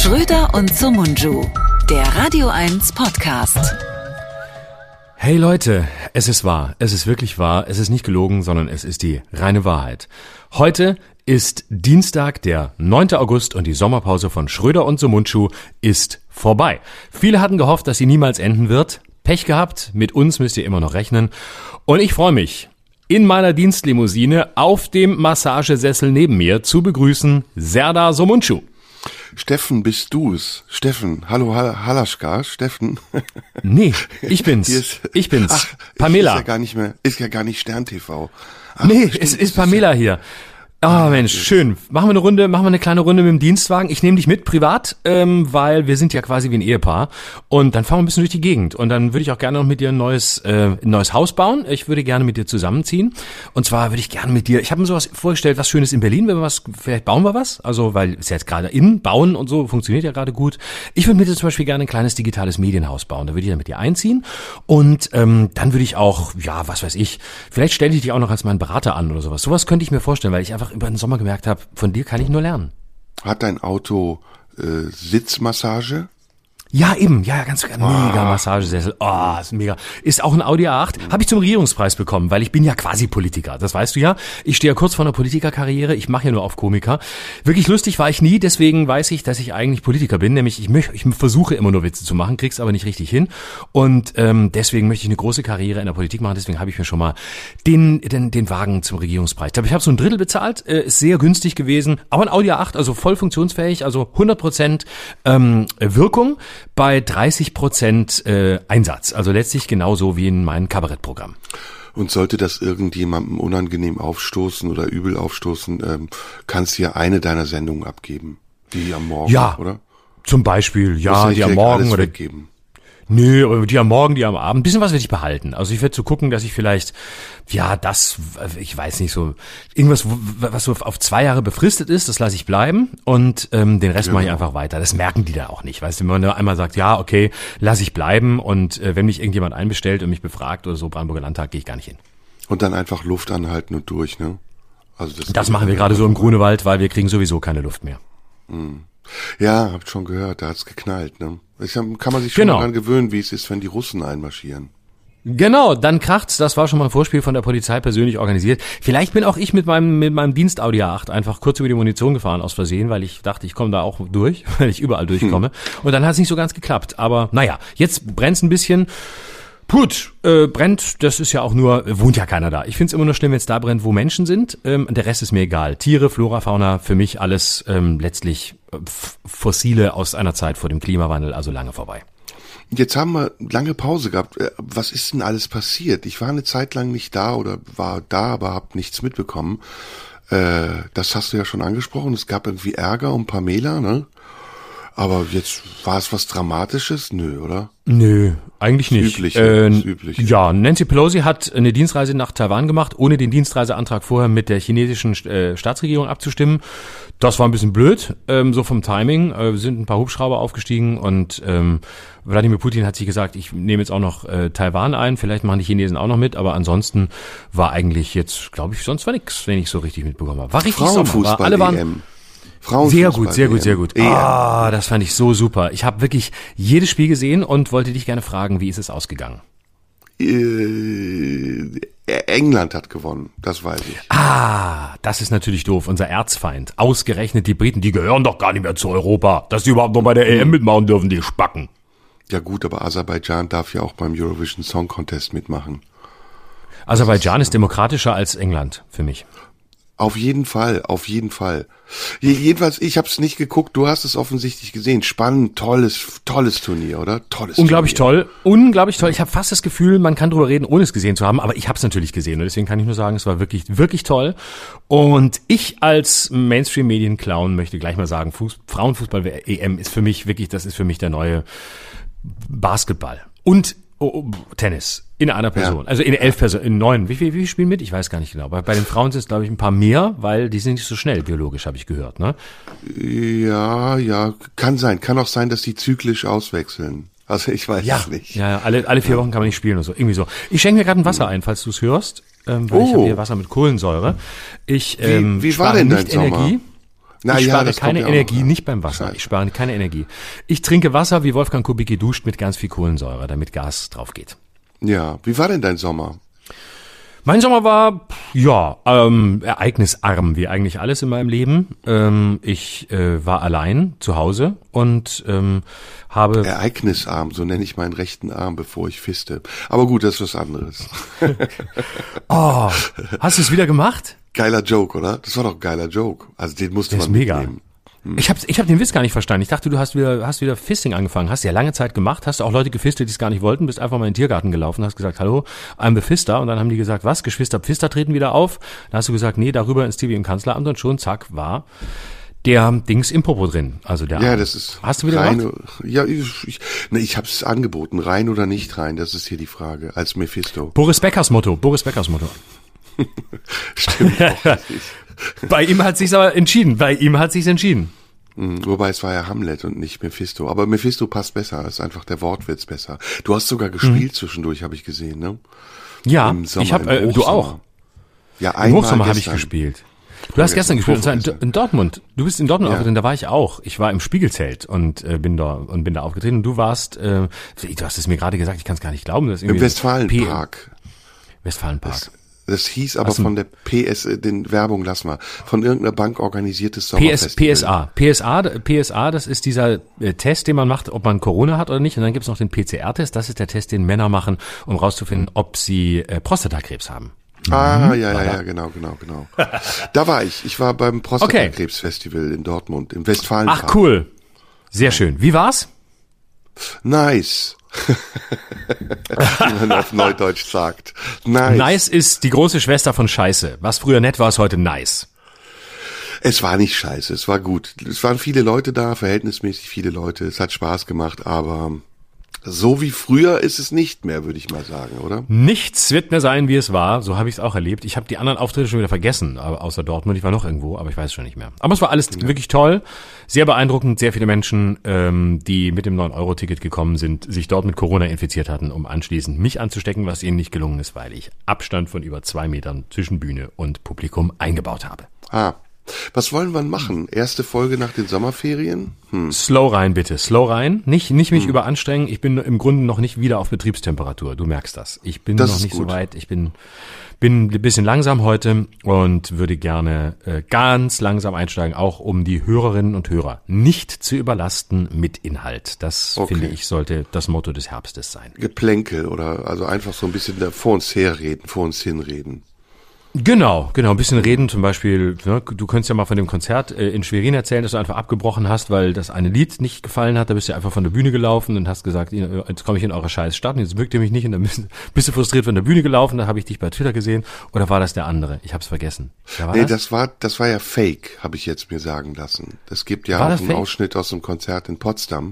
Schröder und Somunju, der Radio 1 Podcast. Hey Leute, es ist wahr, es ist wirklich wahr, es ist nicht gelogen, sondern es ist die reine Wahrheit. Heute ist Dienstag, der 9. August und die Sommerpause von Schröder und Somunju ist vorbei. Viele hatten gehofft, dass sie niemals enden wird. Pech gehabt, mit uns müsst ihr immer noch rechnen. Und ich freue mich, in meiner Dienstlimousine auf dem Massagesessel neben mir zu begrüßen Serdar Somunju. Steffen, bist du's? Steffen, hallo Halaschka, Steffen. Nee, ich bin's. Ach, Pamela. Ist ja gar nicht Stern TV. Ach, Nee, stimmt, es ist Pamela hier. Ah, Mensch, schön. Machen wir eine kleine Runde mit dem Dienstwagen. Ich nehme dich mit, privat, weil wir sind ja quasi wie ein Ehepaar. Und dann fahren wir ein bisschen durch die Gegend. Und dann würde ich auch gerne noch mit dir ein neues Haus bauen. Ich würde gerne mit dir zusammenziehen. Und zwar würde ich gerne mit dir, ich habe mir sowas vorgestellt, was Schönes in Berlin, vielleicht bauen wir was. Also, weil es jetzt gerade bauen und so, funktioniert ja gerade gut. Ich würde mit dir zum Beispiel gerne ein kleines digitales Medienhaus bauen. Da würde ich dann mit dir einziehen. Und dann würde ich auch, ja, was weiß ich, vielleicht stelle ich dich auch noch als meinen Berater an oder sowas. Sowas könnte ich mir vorstellen, weil ich einfach über den Sommer gemerkt habe, von dir kann ich nur lernen. Hat dein Auto Sitzmassage? Ja, eben, ja, ganz mega Massagesessel. Oh, ist mega. Ist auch ein Audi A8. Habe ich zum Regierungspreis bekommen, weil ich bin ja quasi Politiker. Das weißt du ja. Ich stehe ja kurz vor einer Politikerkarriere. Ich mache ja nur auf Komiker. Wirklich lustig war ich nie, deswegen weiß ich, dass ich eigentlich Politiker bin. Nämlich ich versuche immer nur Witze zu machen, krieg's aber nicht richtig hin. Und deswegen möchte ich eine große Karriere in der Politik machen. Deswegen habe ich mir schon mal den Wagen zum Regierungspreis. Ich habe so ein Drittel bezahlt, ist sehr günstig gewesen. Aber ein Audi A8, also voll funktionsfähig, also 100% Wirkung bei 30% Einsatz. Also letztlich genauso wie in meinem Kabarettprogramm. Und sollte das irgendjemandem unangenehm aufstoßen oder übel aufstoßen, kannst du ja eine deiner Sendungen abgeben. Die am Morgen, ja, oder? Zum Beispiel, ja, die am Morgen oder weggeben. Nö, die am Morgen, die am Abend. Ein bisschen was werde ich behalten. Also ich werde so gucken, dass ich vielleicht, ja, ich weiß nicht, so irgendwas, was so auf 2 Jahre befristet ist, das lasse ich bleiben und den Rest mache ich einfach weiter. Das merken die da auch nicht. Weißt du, wenn man nur einmal sagt, ja, okay, lasse ich bleiben und wenn mich irgendjemand einbestellt und mich befragt oder so, Brandenburger Landtag, gehe ich gar nicht hin. Und dann einfach Luft anhalten und durch, ne? Also das machen wir gerade so im Grunewald, weil wir kriegen sowieso keine Luft mehr. Ja, habt schon gehört, da hat's geknallt, ne? Kann man sich schon daran gewöhnen, wie es ist, wenn die Russen einmarschieren. Genau, dann kracht's, das war schon mal ein Vorspiel von der Polizei persönlich organisiert. Vielleicht bin auch ich mit meinem Dienst Audi A8 einfach kurz über die Munition gefahren aus Versehen, weil ich dachte, ich komme da auch durch, weil ich überall durchkomme. Und dann hat's nicht so ganz geklappt. Aber naja, jetzt brennt's ein bisschen. Gut, brennt, das ist ja auch nur, wohnt ja keiner da. Ich find's immer nur schlimm, wenn es da brennt, wo Menschen sind. Der Rest ist mir egal. Tiere, Flora, Fauna, für mich alles letztlich Fossile aus einer Zeit vor dem Klimawandel, also lange vorbei. Jetzt haben wir lange Pause gehabt. Was ist denn alles passiert? Ich war eine Zeit lang nicht da oder war da, aber habe nichts mitbekommen. Das hast du ja schon angesprochen. Es gab irgendwie Ärger um Pamela, ne? Aber jetzt war es was Dramatisches? Nö, oder? Nö, eigentlich nicht. Übliche. Ja, Nancy Pelosi hat eine Dienstreise nach Taiwan gemacht, ohne den Dienstreiseantrag vorher mit der chinesischen Staatsregierung abzustimmen. Das war ein bisschen blöd, so vom Timing. Sind ein paar Hubschrauber aufgestiegen und Wladimir Putin hat sich gesagt, ich nehme jetzt auch noch Taiwan ein, vielleicht machen die Chinesen auch noch mit, aber ansonsten war eigentlich jetzt, glaube ich, sonst war nix, wenn ich so richtig mitbekommen habe. War richtig Sommer, alle waren sehr gut. Das fand ich so super. Ich habe wirklich jedes Spiel gesehen und wollte dich gerne fragen, wie ist es ausgegangen? England hat gewonnen, das weiß ich. Das ist natürlich doof, unser Erzfeind. Ausgerechnet die Briten, die gehören doch gar nicht mehr zu Europa. Dass die überhaupt noch bei der EM mitmachen dürfen, die Spacken. Ja gut, aber Aserbaidschan darf ja auch beim Eurovision Song Contest mitmachen. Aserbaidschan ist demokratischer als England, für mich. Auf jeden Fall. Jedenfalls, ich habe es nicht geguckt, du hast es offensichtlich gesehen. Spannend, tolles Turnier, oder? Unglaublich toll. Ich habe fast das Gefühl, man kann drüber reden, ohne es gesehen zu haben, aber ich habe es natürlich gesehen und deswegen kann ich nur sagen, es war wirklich, wirklich toll. Und ich als Mainstream-Medien-Clown möchte gleich mal sagen, Frauenfußball-EM ist für mich wirklich, das ist für mich der neue Basketball. Und Tennis. In einer Person. Ja. Also in 11 Personen, in 9. Wie viel spielen mit? Ich weiß gar nicht genau. Bei den Frauen sind es, glaube ich, ein paar mehr, weil die sind nicht so schnell biologisch, habe ich gehört, ne? Ja, kann sein. Kann auch sein, dass die zyklisch auswechseln. Also ich weiß es nicht. Ja, alle 4 Wochen kann man nicht spielen oder so. Irgendwie so. Ich schenke mir gerade ein Wasser ein, falls du es hörst. Weil ich habe hier Wasser mit Kohlensäure. Ich wie war denn dein Sommer? Energie. Ich ja, spare das keine kommt ja auch Energie, noch, ja. nicht beim Wasser. Scheiße. Ich spare keine Energie. Ich trinke Wasser, wie Wolfgang Kubicki duscht, mit ganz viel Kohlensäure, damit Gas drauf geht. Ja, wie war denn dein Sommer? Mein Sommer war, ereignisarm, wie eigentlich alles in meinem Leben. Ich war allein zu Hause und habe... Ereignisarm, so nenne ich meinen rechten Arm, bevor ich fiste. Aber gut, das ist was anderes. Oh, hast du es wieder gemacht? Geiler Joke, oder? Das war doch ein geiler Joke. Also den musste Der ist man mega. mitnehmen. Ich hab den Witz gar nicht verstanden. Ich dachte, du hast wieder Fisting angefangen. Hast ja lange Zeit gemacht, hast auch Leute gefistet, die es gar nicht wollten, bist einfach mal in den Tiergarten gelaufen, hast gesagt, hallo, I'm the Fister. Und dann haben die gesagt, was, Geschwister Pfister treten wieder auf? Dann hast du gesagt, nee, darüber ins TV im Kanzleramt und schon, zack, war der Dings im Popo drin. Also der Ja, Arm. das ist Hast du wieder rein. gemacht? Ja, ich habe es angeboten, rein oder nicht rein. Das ist hier die Frage. Als Mephisto. Boris Beckers Motto. Stimmt. Bei ihm hat sich's entschieden. Wobei es war ja Hamlet und nicht Mephisto. Aber Mephisto passt besser. Ist einfach der Wortwitz besser. Du hast sogar gespielt zwischendurch, habe ich gesehen, ne? Ja, Im Sommer, ich habe im du Hochsommer. auch. Ja, Im einmal Hochsommer habe ich gestern. gespielt. Du hast gestern gespielt, und zwar in Dortmund. Du bist in Dortmund Ja. aufgetreten, da war ich auch. Ich war im Spiegelzelt und bin da aufgetreten. Und du warst, du hast es mir gerade gesagt, ich kann es gar nicht glauben. Das ist Im irgendwie Westfalenpark. Westfalenpark. Das hieß aber von der PS, den Werbung lass mal, von irgendeiner Bank organisiertes Sommerfestival. PSA, das ist dieser Test, den man macht, ob man Corona hat oder nicht. Und dann gibt's noch den PCR-Test, das ist der Test, den Männer machen, um rauszufinden, ob sie Prostatakrebs haben. Ja, genau. Da war ich. Ich war beim Prostatakrebsfestival in Dortmund, im Westfalenpark. Ach cool, sehr schön. Wie war's? Nice. Wie man auf Neudeutsch sagt. Nice. Nice ist die große Schwester von Scheiße. Was früher nett war, ist heute nice. Es war nicht scheiße, es war gut. Es waren viele Leute da, verhältnismäßig viele Leute. Es hat Spaß gemacht, aber so wie früher ist es nicht mehr, würde ich mal sagen, oder? Nichts wird mehr sein, wie es war. So habe ich es auch erlebt. Ich habe die anderen Auftritte schon wieder vergessen, außer Dortmund. Ich war noch irgendwo, aber ich weiß es schon nicht mehr. Aber es war alles wirklich toll, sehr beeindruckend. Sehr viele Menschen, die mit dem 9-Euro-Ticket gekommen sind, sich dort mit Corona infiziert hatten, um anschließend mich anzustecken, was ihnen nicht gelungen ist, weil ich Abstand von über 2 Metern zwischen Bühne und Publikum eingebaut habe. Was wollen wir machen? Erste Folge nach den Sommerferien? Slow rein, bitte. Slow rein. Nicht mich überanstrengen. Ich bin im Grunde noch nicht wieder auf Betriebstemperatur. Du merkst das. Ich bin Das noch ist nicht so gut. weit. Ich bin ein bisschen langsam heute und würde gerne ganz langsam einsteigen, auch um die Hörerinnen und Hörer nicht zu überlasten mit Inhalt. Das, Okay. finde ich, sollte das Motto des Herbstes sein. Geplänkel oder also einfach so ein bisschen da vor uns herreden, vor uns hinreden. Genau, ein bisschen reden, zum Beispiel, ne, du könntest ja mal von dem Konzert in Schwerin erzählen, dass du einfach abgebrochen hast, weil das eine Lied nicht gefallen hat, da bist du einfach von der Bühne gelaufen und hast gesagt, jetzt komme ich in eure scheiß Stadt und jetzt mögt ihr mich nicht und dann bist du frustriert von der Bühne gelaufen, da habe ich dich bei Twitter gesehen, oder war das der andere? Ich hab's vergessen. Wer war Nee, das? das war ja fake, habe ich jetzt mir sagen lassen. Es gibt ja War auch das einen fake? Ausschnitt aus dem Konzert in Potsdam.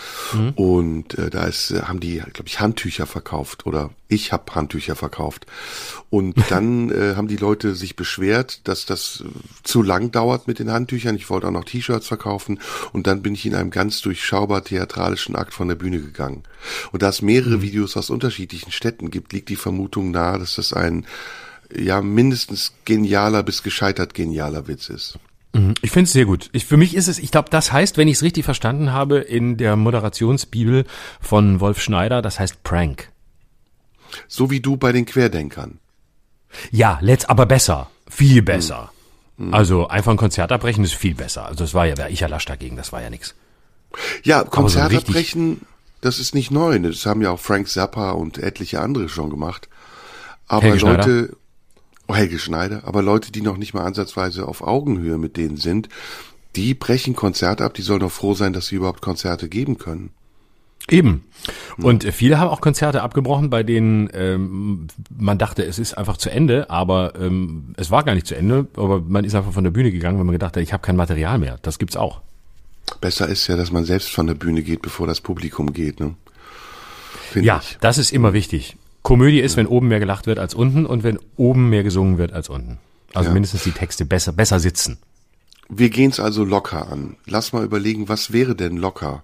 Und haben die, glaube ich, Handtücher verkauft oder ich habe Handtücher verkauft. Und dann haben die Leute sich beschwert, dass das zu lang dauert mit den Handtüchern. Ich wollte auch noch T-Shirts verkaufen und dann bin ich in einem ganz durchschaubar theatralischen Akt von der Bühne gegangen. Und da es mehrere Videos aus unterschiedlichen Städten gibt, liegt die Vermutung nahe, dass das ein mindestens genialer bis gescheitert genialer Witz ist. Ich finde es sehr gut. Für mich ist es, ich glaube, das heißt, wenn ich es richtig verstanden habe, in der Moderationsbibel von Wolf Schneider, das heißt Prank. So wie du bei den Querdenkern. Ja, aber besser. Viel besser. Also einfach ein Konzert abbrechen ist viel besser. Also das wäre ich ja lasch dagegen, das war ja nix. Ja, so Konzert richtig- abbrechen, das ist nicht neu. Das haben ja auch Frank Zappa und etliche andere schon gemacht. Aber Helge Schneider. Helge Schneider, aber Leute, die noch nicht mal ansatzweise auf Augenhöhe mit denen sind, die brechen Konzerte ab. Die sollen doch froh sein, dass sie überhaupt Konzerte geben können. Eben. Und viele haben auch Konzerte abgebrochen, bei denen man dachte, es ist einfach zu Ende, aber es war gar nicht zu Ende, aber man ist einfach von der Bühne gegangen, weil man gedacht hat, ich habe kein Material mehr. Das gibt's auch. Besser ist ja, dass man selbst von der Bühne geht, bevor das Publikum geht, ne? Finde Ja, ich. das ist immer wichtig. Komödie ist, wenn oben mehr gelacht wird als unten und wenn oben mehr gesungen wird als unten. Also Ja. mindestens die Texte besser sitzen. Wir gehen's also locker an. Lass mal überlegen, was wäre denn locker?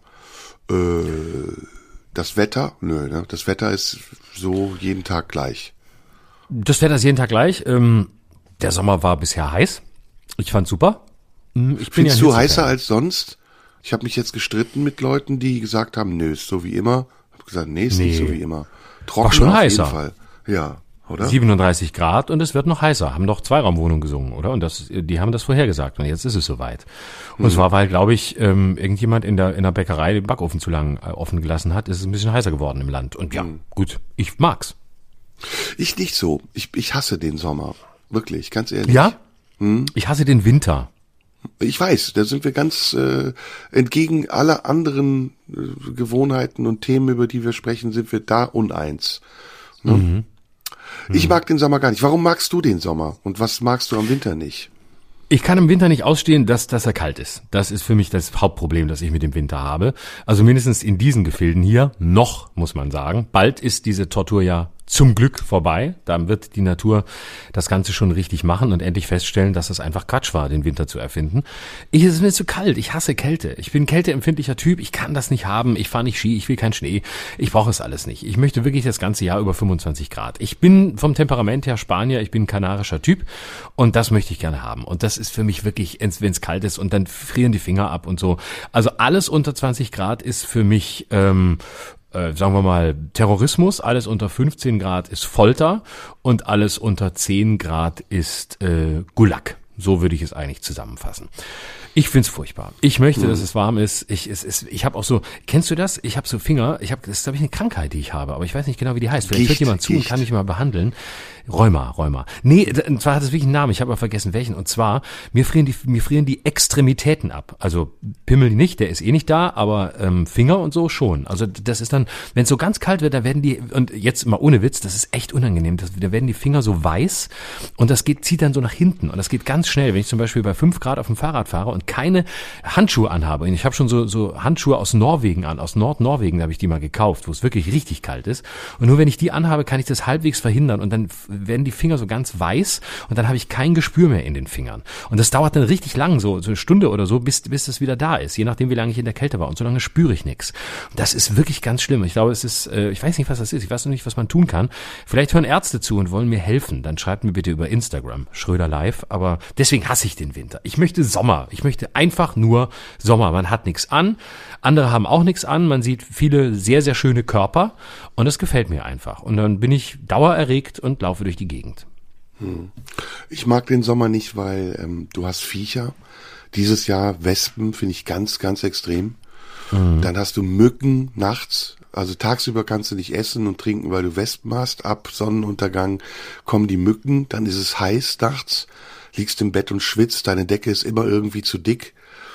Das Wetter? Nö, ne? Das Wetter ist so jeden Tag gleich. Das Wetter ist jeden Tag gleich. Der Sommer war bisher heiß. Ich fand's super. Findest du heißer als sonst? Ich habe mich jetzt gestritten mit Leuten, die gesagt haben, nö, ist so wie immer. Ich habe gesagt, nee, ist nicht so wie immer. Trocken war schon auf heißer. jeden Fall. Ja, oder? 37 Grad und es wird noch heißer. Haben doch Zweiraumwohnungen gesungen, oder? Und die haben das vorhergesagt und jetzt ist es soweit. Und es war, weil, glaube ich, irgendjemand in der Bäckerei den Backofen zu lang offen gelassen hat, ist es ein bisschen heißer geworden im Land. Und ja, gut, ich mag's. Ich nicht so. Ich hasse den Sommer. Wirklich, ganz ehrlich. Ja? Ich hasse den Winter. Ich weiß, da sind wir ganz entgegen aller anderen Gewohnheiten und Themen, über die wir sprechen, sind wir da uneins. Ne? Ich mag den Sommer gar nicht. Warum magst du den Sommer? Und was magst du am Winter nicht? Ich kann im Winter nicht ausstehen, dass er kalt ist. Das ist für mich das Hauptproblem, das ich mit dem Winter habe. Also mindestens in diesen Gefilden hier, noch, muss man sagen. Bald ist diese Tortur ja zum Glück vorbei. Dann wird die Natur das Ganze schon richtig machen und endlich feststellen, dass es einfach Quatsch war, den Winter zu erfinden. Es ist mir zu kalt. Ich hasse Kälte. Ich bin ein kälteempfindlicher Typ. Ich kann das nicht haben. Ich fahre nicht Ski. Ich will keinen Schnee. Ich brauche es alles nicht. Ich möchte wirklich das ganze Jahr über 25 Grad. Ich bin vom Temperament her Spanier. Ich bin ein kanarischer Typ und das möchte ich gerne haben. Und das ist für mich wirklich, wenn es kalt ist und dann frieren die Finger ab und so. Also alles unter 20 Grad ist für mich sagen wir mal, Terrorismus, alles unter 15 Grad ist Folter und alles unter 10 Grad ist Gulag. So würde ich es eigentlich zusammenfassen. Ich find's furchtbar. Ich möchte, dass es warm ist. Ich habe auch so, kennst du das? Ich habe so Finger, das ist, glaube ich, eine Krankheit, die ich habe, aber ich weiß nicht genau, wie die heißt. Vielleicht hört jemand zu und kann mich mal behandeln. Rheuma. Nee, und zwar hat es wirklich einen Namen, ich habe aber vergessen welchen. Und zwar, mir frieren die Extremitäten ab. Also Pimmel nicht, der ist eh nicht da, aber Finger und so schon. Also das ist dann, wenn es so ganz kalt wird, da werden die, und jetzt mal ohne Witz, das ist echt unangenehm, da werden die Finger so weiß und das zieht dann so nach hinten und das geht ganz schnell. Wenn ich zum Beispiel bei 5 Grad auf dem Fahrrad fahre und keine Handschuhe anhabe, und ich habe schon so Handschuhe aus Norwegen aus Nordnorwegen habe ich die mal gekauft, wo es wirklich richtig kalt ist. Und nur wenn ich die anhabe, kann ich das halbwegs verhindern und dann werden die Finger so ganz weiß und dann habe ich kein Gespür mehr in den Fingern. Und das dauert dann richtig lang, so eine Stunde oder so, bis das wieder da ist, je nachdem, wie lange ich in der Kälte war. Und so lange spüre ich nichts. Das ist wirklich ganz schlimm. Ich glaube, es ist, ich weiß nicht, was das ist. Ich weiß noch nicht, was man tun kann. Vielleicht hören Ärzte zu und wollen mir helfen. Dann schreibt mir bitte über Instagram, Schröder Live. Aber deswegen hasse ich den Winter. Ich möchte Sommer. Ich möchte einfach nur Sommer. Man hat nichts an. Andere haben auch nichts an. Man sieht viele sehr, sehr schöne Körper. Und das gefällt mir einfach. Und dann bin ich dauererregt und laufe durch die Gegend. Ich mag den Sommer nicht, weil du hast Viecher. Dieses Jahr Wespen finde ich ganz, ganz extrem. Dann hast du Mücken nachts. Also tagsüber kannst du nicht essen und trinken, weil du Wespen hast. Ab Sonnenuntergang kommen die Mücken. Dann ist es heiß nachts. Liegst im Bett und schwitzt. Deine Decke ist immer irgendwie zu dick.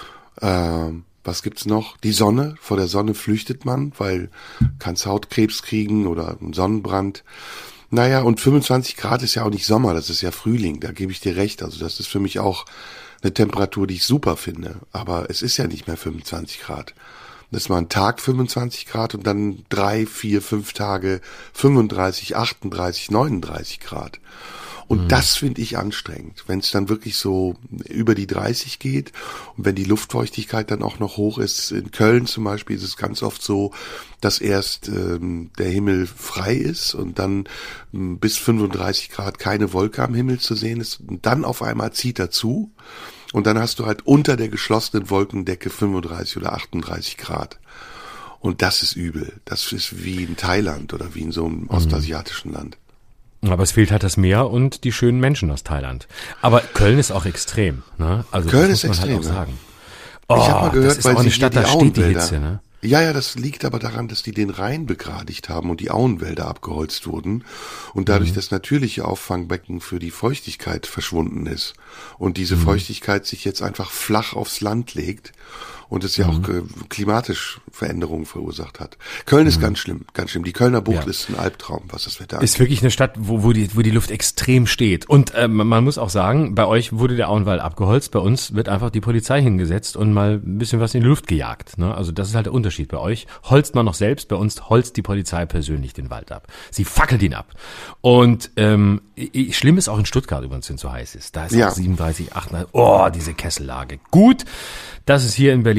Was gibt's noch? Die Sonne. Vor der Sonne flüchtet man, weil kannst Hautkrebs kriegen oder einen Sonnenbrand. Naja, und 25 Grad ist ja auch nicht Sommer, das ist ja Frühling, da gebe ich dir recht. Also das ist für mich auch eine Temperatur, die ich super finde. Aber es ist ja nicht mehr 25 Grad. Das ist mal ein Tag 25 Grad und dann 3, 4, 5 Tage 35, 38, 39 Grad. Und das finde ich anstrengend, wenn es dann wirklich so über die 30 geht und wenn die Luftfeuchtigkeit dann auch noch hoch ist. In Köln zum Beispiel ist es ganz oft so, dass erst der Himmel frei ist und dann bis 35 Grad keine Wolke am Himmel zu sehen ist. Und dann auf einmal zieht er zu und dann hast du halt unter der geschlossenen Wolkendecke 35 oder 38 Grad. Und das ist übel. Das ist wie in Thailand oder wie in so einem ostasiatischen Land. Aber es fehlt halt das Meer und die schönen Menschen aus Thailand. Aber Köln ist auch extrem, ne? Also Köln das muss ist man extrem, halt auch sagen. Ich habe mal gehört, das ist weil auch eine sie Stadt, hier da die steht die Auenwälder. Hitze, ne? Ja, das liegt aber daran, dass die den Rhein begradigt haben und die Auenwälder abgeholzt wurden und dadurch das natürliche Auffangbecken für die Feuchtigkeit verschwunden ist und diese Feuchtigkeit sich jetzt einfach flach aufs Land legt und es ja auch klimatisch Veränderungen verursacht hat. Köln ist ganz schlimm, ganz schlimm. Die Kölner Bucht ist ein Albtraum, was das Wetter angeht. Ist wirklich eine Stadt, wo die Luft extrem steht. Und man muss auch sagen, bei euch wurde der Auenwald abgeholzt, bei uns wird einfach die Polizei hingesetzt und mal ein bisschen was in die Luft gejagt. Ne? Also das ist halt der Unterschied. Bei euch holzt man noch selbst, bei uns holzt die Polizei persönlich den Wald ab. Sie fackelt ihn ab. Und schlimm ist auch in Stuttgart übrigens, wenn es so heiß ist. Da ist auch 37, 38, diese Kessellage. Gut, dass es hier in Berlin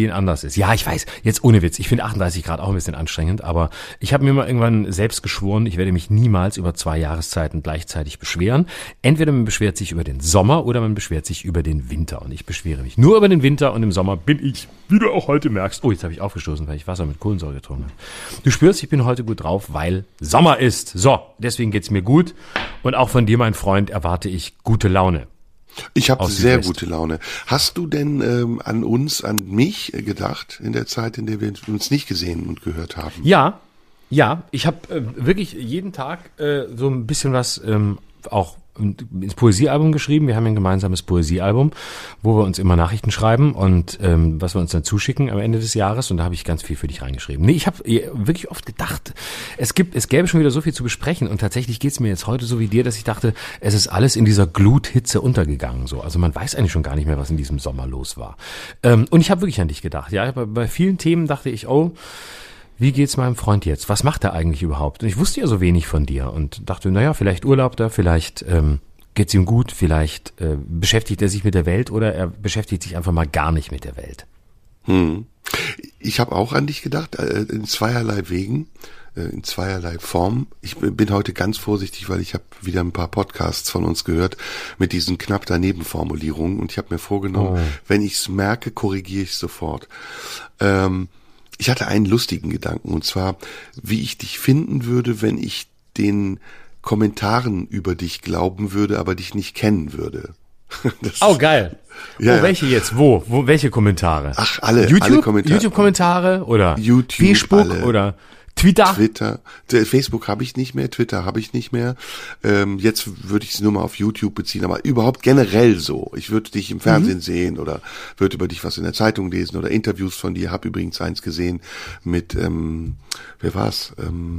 Berlin anders ist. Ja, ich weiß, jetzt ohne Witz, ich finde 38 Grad auch ein bisschen anstrengend, aber ich habe mir mal irgendwann selbst geschworen, ich werde mich niemals über 2 Jahreszeiten gleichzeitig beschweren. Entweder man beschwert sich über den Sommer oder man beschwert sich über den Winter. Und ich beschwere mich nur über den Winter und im Sommer bin ich, wie du auch heute merkst, oh, jetzt habe ich aufgestoßen, weil ich Wasser mit Kohlensäure getrunken habe. Du spürst, ich bin heute gut drauf, weil Sommer ist. So, deswegen geht's mir gut und auch von dir, mein Freund, erwarte ich gute Laune. Ich habe sehr gute Laune. Hast du denn an mich gedacht in der Zeit, in der wir uns nicht gesehen und gehört haben? Ja, ich habe wirklich jeden Tag so ein bisschen was auch ins Poesiealbum geschrieben. Wir haben ein gemeinsames Poesiealbum, wo wir uns immer Nachrichten schreiben und was wir uns dann zuschicken am Ende des Jahres. Und da habe ich ganz viel für dich reingeschrieben. Nee, ich habe wirklich oft gedacht, es gäbe schon wieder so viel zu besprechen. Und tatsächlich geht's mir jetzt heute so wie dir, dass ich dachte, es ist alles in dieser Gluthitze untergegangen. So, also man weiß eigentlich schon gar nicht mehr, was in diesem Sommer los war. Und ich habe wirklich an dich gedacht. Ja, bei vielen Themen dachte ich, oh, wie geht's meinem Freund jetzt? Was macht er eigentlich überhaupt? Und ich wusste ja so wenig von dir und dachte, naja, vielleicht urlaubt er, vielleicht geht's ihm gut, vielleicht beschäftigt er sich mit der Welt oder er beschäftigt sich einfach mal gar nicht mit der Welt. Ich habe auch an dich gedacht, in zweierlei Wegen, in zweierlei Form. Ich bin heute ganz vorsichtig, weil ich habe wieder ein paar Podcasts von uns gehört mit diesen knapp daneben Formulierungen und ich habe mir vorgenommen, wenn ich's merke, korrigiere ich sofort. Ich hatte einen lustigen Gedanken, und zwar, wie ich dich finden würde, wenn ich den Kommentaren über dich glauben würde, aber dich nicht kennen würde. Geil. Ja, welche jetzt? Wo? Welche Kommentare? Ach, alle Kommentare. YouTube-Kommentare oder YouTube, Facebook alle. Oder Twitter. Facebook habe ich nicht mehr, Twitter habe ich nicht mehr. Jetzt würde ich es nur mal auf YouTube beziehen, aber überhaupt generell so. Ich würde dich im Fernsehen sehen oder würde über dich was in der Zeitung lesen oder Interviews von dir. Habe übrigens eins gesehen mit, wer war's?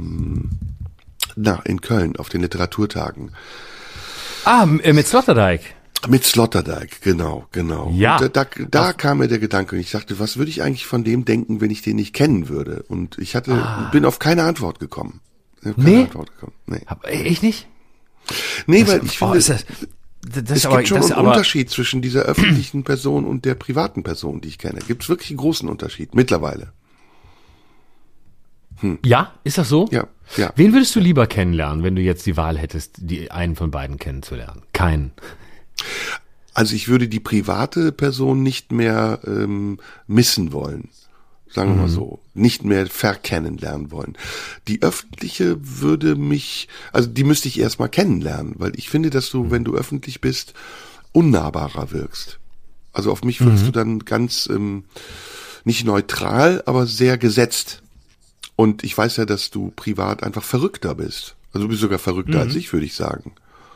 In Köln auf den Literaturtagen. Mit Sloterdijk. Mit Sloterdijk, genau. Ja. Und da kam mir der Gedanke und ich dachte, was würde ich eigentlich von dem denken, wenn ich den nicht kennen würde? Und ich bin auf keine Antwort gekommen. Nee. Ich nicht? Nee, weil ich finde, es gibt schon einen Unterschied zwischen dieser öffentlichen Person und der privaten Person, die ich kenne. Gibt es wirklich einen großen Unterschied mittlerweile. Ja, ist das so? Ja. Wen würdest du lieber kennenlernen, wenn du jetzt die Wahl hättest, einen von beiden kennenzulernen? Keinen. Also ich würde die private Person nicht mehr missen wollen, sagen wir mal so, nicht mehr verkennenlernen wollen. Die öffentliche die müsste ich erstmal kennenlernen, weil ich finde, dass du, wenn du öffentlich bist, unnahbarer wirkst. Also auf mich wirkst du dann ganz nicht neutral, aber sehr gesetzt. Und ich weiß ja, dass du privat einfach verrückter bist. Also du bist sogar verrückter als ich, würde ich sagen.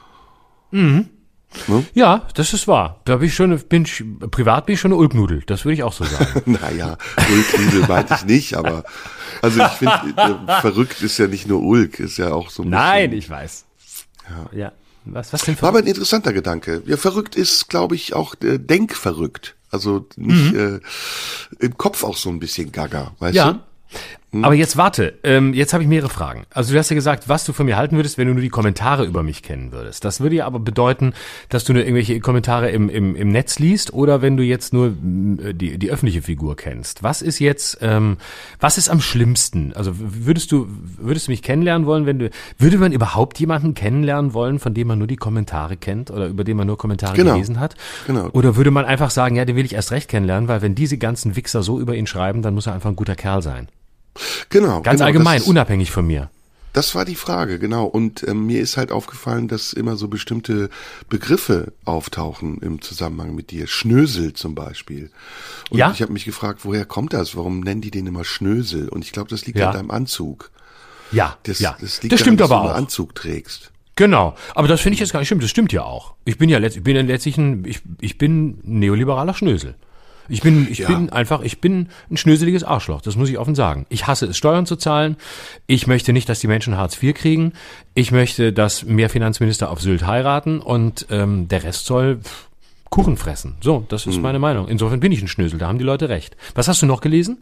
Ne? Ja, das ist wahr. Da privat bin ich schon eine Ulknudel. Das würde ich auch so sagen. Naja, Ulknudel meinte ich nicht, aber also ich finde, verrückt ist ja nicht nur Ulk, ist ja auch so ein bisschen. Nein, ich weiß. Ja. Was denn verrückt? War aber ein interessanter Gedanke. Ja, verrückt ist, glaube ich, auch denkverrückt. Also nicht im Kopf auch so ein bisschen gaga, weißt du? Aber jetzt warte, jetzt habe ich mehrere Fragen. Also du hast ja gesagt, was du von mir halten würdest, wenn du nur die Kommentare über mich kennen würdest. Das würde ja aber bedeuten, dass du nur irgendwelche Kommentare im Netz liest oder wenn du jetzt nur die öffentliche Figur kennst. Was ist jetzt, was ist am schlimmsten? Also würdest du mich kennenlernen wollen, würde man überhaupt jemanden kennenlernen wollen, von dem man nur die Kommentare kennt oder über den man nur Kommentare gelesen hat? Genau. Oder würde man einfach sagen, ja, den will ich erst recht kennenlernen, weil wenn diese ganzen Wichser so über ihn schreiben, dann muss er einfach ein guter Kerl sein. Genau. Ganz allgemein, unabhängig von mir. Das war die Frage, genau. Und mir ist halt aufgefallen, dass immer so bestimmte Begriffe auftauchen im Zusammenhang mit dir. Schnösel zum Beispiel. Und ich habe mich gefragt, woher kommt das? Warum nennen die den immer Schnösel? Und ich glaube, das liegt an deinem Anzug. Das liegt das stimmt daran, aber dass du auch. einen Anzug trägst. Genau, aber das finde ich jetzt gar nicht schlimm. Das stimmt ja auch. Ich bin letztlich ein neoliberaler Schnösel. Ich bin ein schnöseliges Arschloch, das muss ich offen sagen. Ich hasse es, Steuern zu zahlen. Ich möchte nicht, dass die Menschen Hartz IV kriegen. Ich möchte, dass mehr Finanzminister auf Sylt heiraten und der Rest soll Kuchen fressen. So, das ist meine Meinung. Insofern bin ich ein Schnösel, da haben die Leute recht. Was hast du noch gelesen?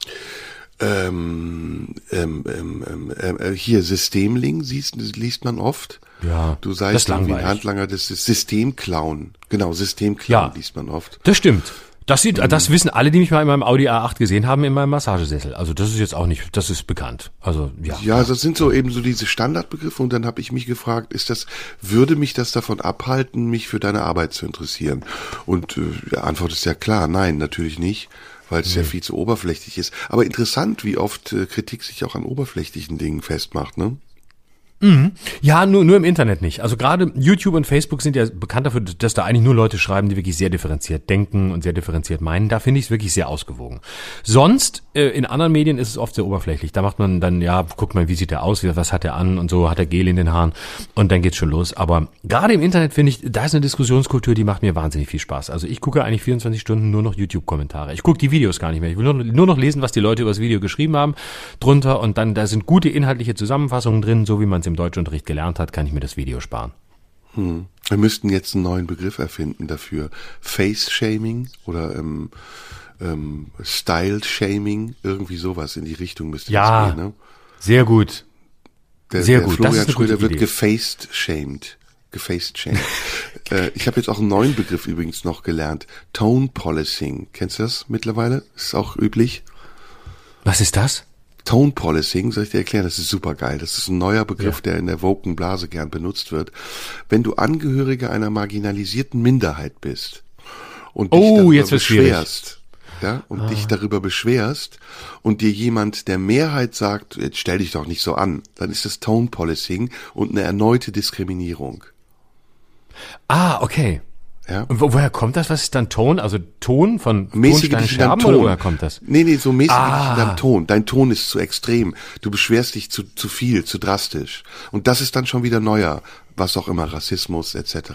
Hier Systemling liest man oft. Ja, du seist irgendwie ein Handlanger des Systemclown. Genau, Systemclown liest man oft. Das stimmt. Das wissen alle, die mich mal in meinem Audi A8 gesehen haben, in meinem Massagesessel. Also das ist jetzt auch nicht, das ist bekannt. Also ja. Ja, das sind so eben so diese Standardbegriffe und dann habe ich mich gefragt, würde mich das davon abhalten, mich für deine Arbeit zu interessieren? Und die Antwort ist ja klar, nein, natürlich nicht, weil es ja viel zu oberflächlich ist. Aber interessant, wie oft Kritik sich auch an oberflächlichen Dingen festmacht, ne? Ja, nur im Internet nicht. Also gerade YouTube und Facebook sind ja bekannt dafür, dass da eigentlich nur Leute schreiben, die wirklich sehr differenziert denken und sehr differenziert meinen. Da finde ich es wirklich sehr ausgewogen. Sonst, in anderen Medien ist es oft sehr oberflächlich. Da macht man dann, ja, guckt mal, wie sieht der aus, was hat er an und so, hat er Gel in den Haaren und dann geht's schon los. Aber gerade im Internet finde ich, da ist eine Diskussionskultur, die macht mir wahnsinnig viel Spaß. Also ich gucke eigentlich 24 Stunden nur noch YouTube-Kommentare. Ich gucke die Videos gar nicht mehr. Ich will nur noch lesen, was die Leute über das Video geschrieben haben drunter und dann, da sind gute inhaltliche Zusammenfassungen drin, so wie man es im Deutschunterricht gelernt hat, kann ich mir das Video sparen. Wir müssten jetzt einen neuen Begriff erfinden dafür. Face-Shaming oder Style-Shaming, irgendwie sowas in die Richtung müsste das gehen. Ne? Sehr gut. Sehr gut. Florian Schröder wird gefaced-shamed. Ich habe jetzt auch einen neuen Begriff übrigens noch gelernt. Tone Policing. Kennst du das mittlerweile? Ist auch üblich. Was ist das? Tone Policing, soll ich dir erklären, das ist super geil. Das ist ein neuer Begriff, der in der woken Blase gern benutzt wird. Wenn du Angehöriger einer marginalisierten Minderheit bist und dich darüber beschwerst und dir jemand der Mehrheit sagt, jetzt stell dich doch nicht so an, dann ist das Tone Policing und eine erneute Diskriminierung. Okay. Ja. Und woher kommt das? Was ist dann Ton? Also Ton von mäßige Tonsteine dich in deinem Scherben Ton. oder woher kommt das? Nee, so mäßig dich in deinem Ton. Dein Ton ist zu extrem. Du beschwerst dich zu viel, zu drastisch. Und das ist dann schon wieder neuer, was auch immer, Rassismus etc.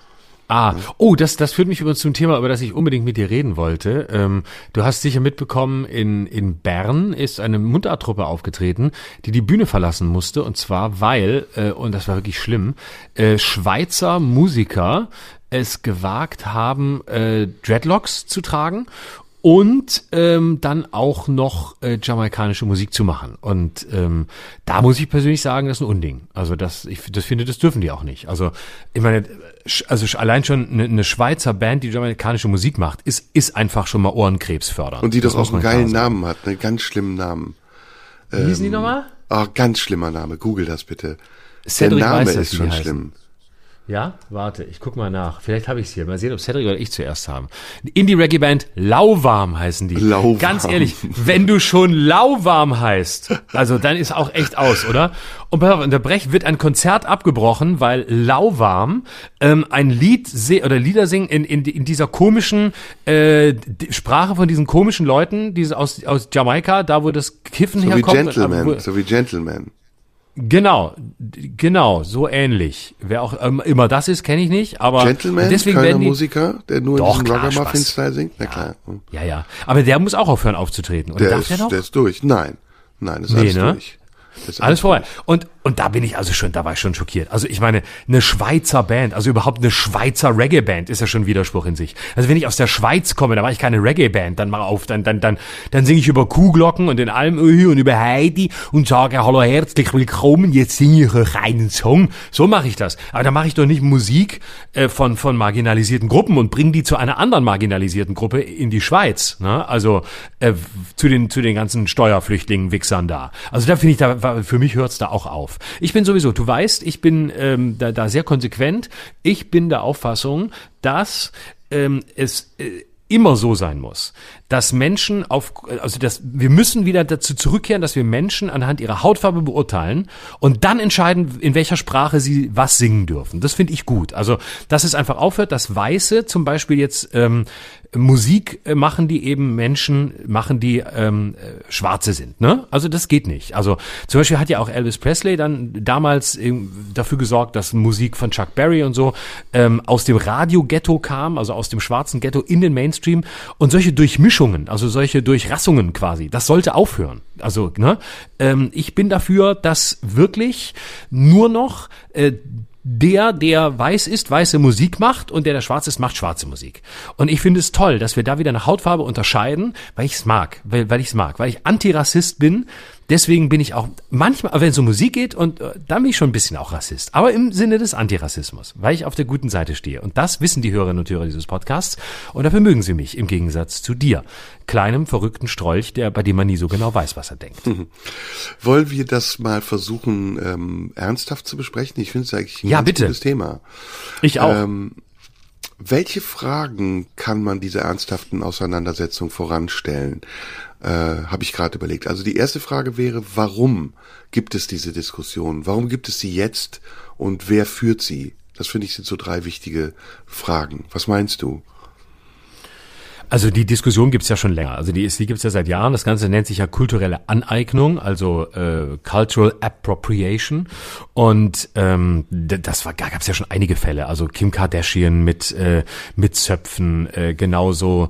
Das führt mich übrigens zum Thema, über das ich unbedingt mit dir reden wollte. Du hast sicher mitbekommen, in Bern ist eine Mundarttruppe aufgetreten, die Bühne verlassen musste. Und zwar, weil, und das war wirklich schlimm, Schweizer Musiker es gewagt haben, Dreadlocks zu tragen und dann auch noch jamaikanische Musik zu machen. Und da muss ich persönlich sagen, das ist ein Unding. Also ich finde, das dürfen die auch nicht. Also ich meine, allein schon eine Schweizer Band, die jamaikanische Musik macht, ist einfach schon mal Ohrenkrebs fördernd. Und die doch auch einen geilen Namen hat, einen ganz schlimmen Namen. Wie hießen die nochmal? Ganz schlimmer Name, google das bitte. Cedric Der Name weiß, ist schon schlimm. Ja, warte, ich guck mal nach. Vielleicht habe ich es hier. Mal sehen, ob Cedric oder ich zuerst haben. Indie-Reggae-Band Lauwarm heißen die. Lauwarm. Ganz ehrlich, wenn du schon Lauwarm heißt, also dann ist auch echt aus, oder? Und pass auf, unterbrechen wird ein Konzert abgebrochen, weil Lauwarm ein Lieder singen in dieser komischen Sprache von diesen komischen Leuten, die aus Jamaika, da wo das Kiffen herkommt. So wie Gentleman. Genau, so ähnlich. Wer auch immer das ist, kenne ich nicht, aber Gentleman, deswegen Kölner werden die Musiker, der nur in diesem Ragamuffin-Style singt? Na klar. Ja. Aber der muss auch aufhören aufzutreten. Und der ist durch. Nein, ist alles durch. Alles vorbei. Und da war ich schon schockiert. Also ich meine, eine Schweizer Band, also überhaupt eine Schweizer Reggae-Band ist ja schon ein Widerspruch in sich. Also wenn ich aus der Schweiz komme, da war ich keine Reggae-Band, dann singe ich über Kuhglocken und in allem und über Heidi und sage hallo, herzlich willkommen, jetzt singe ich euch einen Song. So mache ich das. Aber da mache ich doch nicht Musik von marginalisierten Gruppen und bringe die zu einer anderen marginalisierten Gruppe in die Schweiz. Ne? Also zu den ganzen Steuerflüchtlingen, Wichsern da. Also da finde ich, für mich hört's da auch auf. Ich bin sowieso, du weißt, ich bin da sehr konsequent. Ich bin der Auffassung, dass es immer so sein muss, dass Menschen wir müssen wieder dazu zurückkehren, dass wir Menschen anhand ihrer Hautfarbe beurteilen und dann entscheiden, in welcher Sprache sie was singen dürfen. Das finde ich gut. Also, dass es einfach aufhört, dass Weiße zum Beispiel jetzt Musik machen, die eben Menschen machen, die Schwarze sind. Ne? Also das geht nicht. Also zum Beispiel hat ja auch Elvis Presley dann damals dafür gesorgt, dass Musik von Chuck Berry und so aus dem Radio-Ghetto kam, also aus dem schwarzen Ghetto in den Mainstream. Und solche Durchmischungen, also solche Durchrassungen quasi, das sollte aufhören. Also ich bin dafür, dass wirklich nur noch der weiß ist, weiße Musik macht und der schwarz ist, macht schwarze Musik. Und ich finde es toll, dass wir da wieder nach Hautfarbe unterscheiden, weil ich es mag, weil ich Antirassist bin, deswegen bin ich auch manchmal, wenn es um Musik geht, und dann bin ich schon ein bisschen auch Rassist, aber im Sinne des Antirassismus, weil ich auf der guten Seite stehe. Und das wissen die Hörerinnen und Hörer dieses Podcasts, und dafür mögen sie mich, im Gegensatz zu dir, kleinem, verrückten Strolch, bei dem man nie so genau weiß, was er denkt. Wollen wir das mal versuchen, ernsthaft zu besprechen? Ich finde es eigentlich ein ganz gutes Thema. Ich auch. Welche Fragen kann man dieser ernsthaften Auseinandersetzung voranstellen? Habe ich gerade überlegt. Also die erste Frage wäre, warum gibt es diese Diskussion? Warum gibt es sie jetzt und wer führt sie? Das finde ich sind so 3 wichtige Fragen. Was meinst du? Also die Diskussion gibt's ja schon länger. Also die gibt's ja seit Jahren. Das Ganze nennt sich ja kulturelle Aneignung, also Cultural Appropriation. Und gab's ja schon einige Fälle. Also Kim Kardashian mit Zöpfen, genauso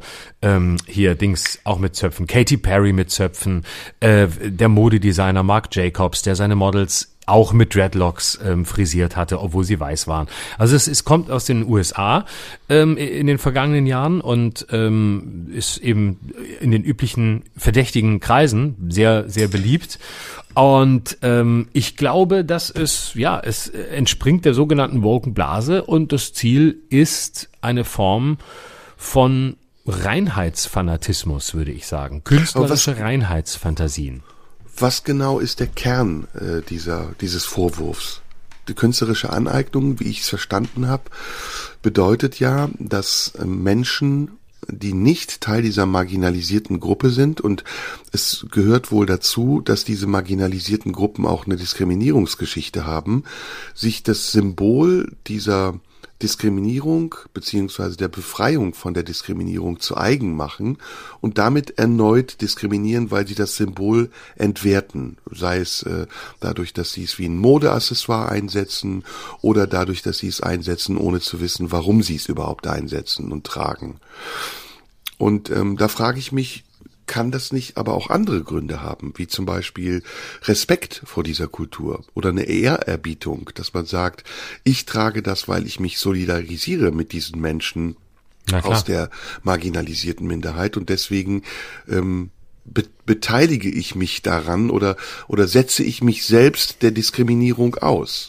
auch mit Zöpfen. Katy Perry mit Zöpfen, der Modedesigner Marc Jacobs, der seine Models auch mit Dreadlocks frisiert hatte, obwohl sie weiß waren. Also es kommt aus den USA in den vergangenen Jahren und ist eben in den üblichen verdächtigen Kreisen sehr, sehr beliebt. Und ich glaube, dass es entspringt der sogenannten woken Blase, und das Ziel ist eine Form von Reinheitsfanatismus, würde ich sagen. Künstlerische Reinheitsfantasien. Was genau ist der Kern dieses Vorwurfs? Die künstlerische Aneignung, wie ich es verstanden habe, bedeutet ja, dass Menschen, die nicht Teil dieser marginalisierten Gruppe sind, und es gehört wohl dazu, dass diese marginalisierten Gruppen auch eine Diskriminierungsgeschichte haben, sich das Symbol dieser Diskriminierung beziehungsweise der Befreiung von der Diskriminierung zu eigen machen und damit erneut diskriminieren, weil sie das Symbol entwerten. Sei es dadurch, dass sie es wie ein Modeaccessoire einsetzen oder dadurch, dass sie es einsetzen, ohne zu wissen, warum sie es überhaupt einsetzen und tragen. Und da frage ich mich, kann das nicht aber auch andere Gründe haben, wie zum Beispiel Respekt vor dieser Kultur oder eine Ehrerbietung, dass man sagt, ich trage das, weil ich mich solidarisiere mit diesen Menschen aus der marginalisierten Minderheit, und deswegen beteilige ich mich daran oder setze ich mich selbst der Diskriminierung aus.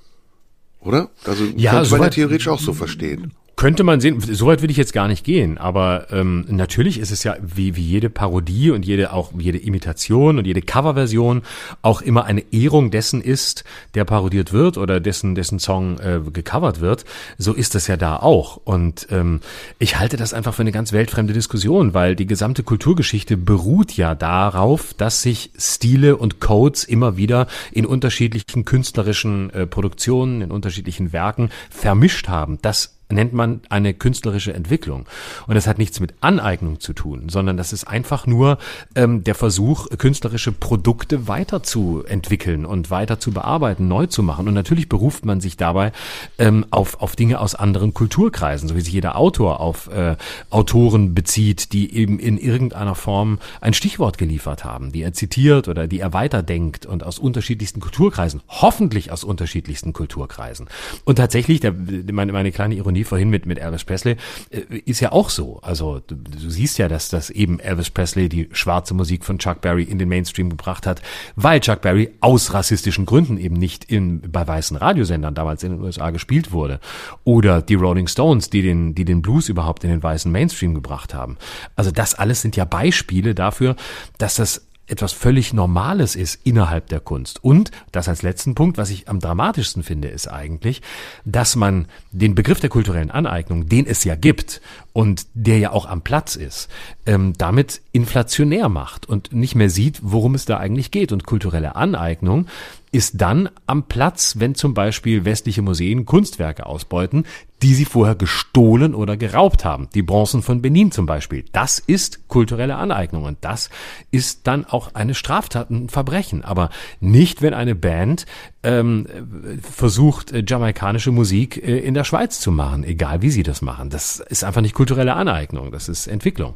Oder? Also könnte man ja theoretisch auch so verstehen. Könnte man sehen, soweit würde ich jetzt gar nicht gehen, aber natürlich ist es ja wie jede Parodie und jede Imitation und jede Coverversion auch immer eine Ehrung dessen ist, der parodiert wird oder dessen Song gecovert wird. So ist das ja da auch, und ich halte das einfach für eine ganz weltfremde Diskussion, weil die gesamte Kulturgeschichte beruht ja darauf, dass sich Stile und Codes immer wieder in unterschiedlichen künstlerischen Produktionen, in unterschiedlichen Werken vermischt haben. Das nennt man eine künstlerische Entwicklung. Und das hat nichts mit Aneignung zu tun, sondern das ist einfach nur der Versuch, künstlerische Produkte weiterzuentwickeln und weiter zu bearbeiten, neu zu machen. Und natürlich beruft man sich dabei auf Dinge aus anderen Kulturkreisen, so wie sich jeder Autor auf Autoren bezieht, die eben in irgendeiner Form ein Stichwort geliefert haben, die er zitiert oder die er weiterdenkt, und aus unterschiedlichsten Kulturkreisen, hoffentlich aus unterschiedlichsten Kulturkreisen. Und tatsächlich, meine kleine Ironie vorhin mit Elvis Presley, ist ja auch so. Also du siehst ja, dass eben Elvis Presley die schwarze Musik von Chuck Berry in den Mainstream gebracht hat, weil Chuck Berry aus rassistischen Gründen eben nicht bei weißen Radiosendern damals in den USA gespielt wurde. Oder die Rolling Stones, die den Blues überhaupt in den weißen Mainstream gebracht haben. Also das alles sind ja Beispiele dafür, dass das etwas völlig Normales ist innerhalb der Kunst. Und, das als letzten Punkt, was ich am dramatischsten finde, ist eigentlich, dass man den Begriff der kulturellen Aneignung, den es ja gibt und der ja auch am Platz ist, damit inflationär macht und nicht mehr sieht, worum es da eigentlich geht. Und kulturelle Aneignung ist dann am Platz, wenn zum Beispiel westliche Museen Kunstwerke ausbeuten, die sie vorher gestohlen oder geraubt haben. Die Bronzen von Benin zum Beispiel. Das ist kulturelle Aneignung, und das ist dann auch eine Straftat, ein Verbrechen. Aber nicht, wenn eine Band versucht, jamaikanische Musik in der Schweiz zu machen, egal wie sie das machen. Das ist einfach nicht kulturelle Aneignung, das ist Entwicklung.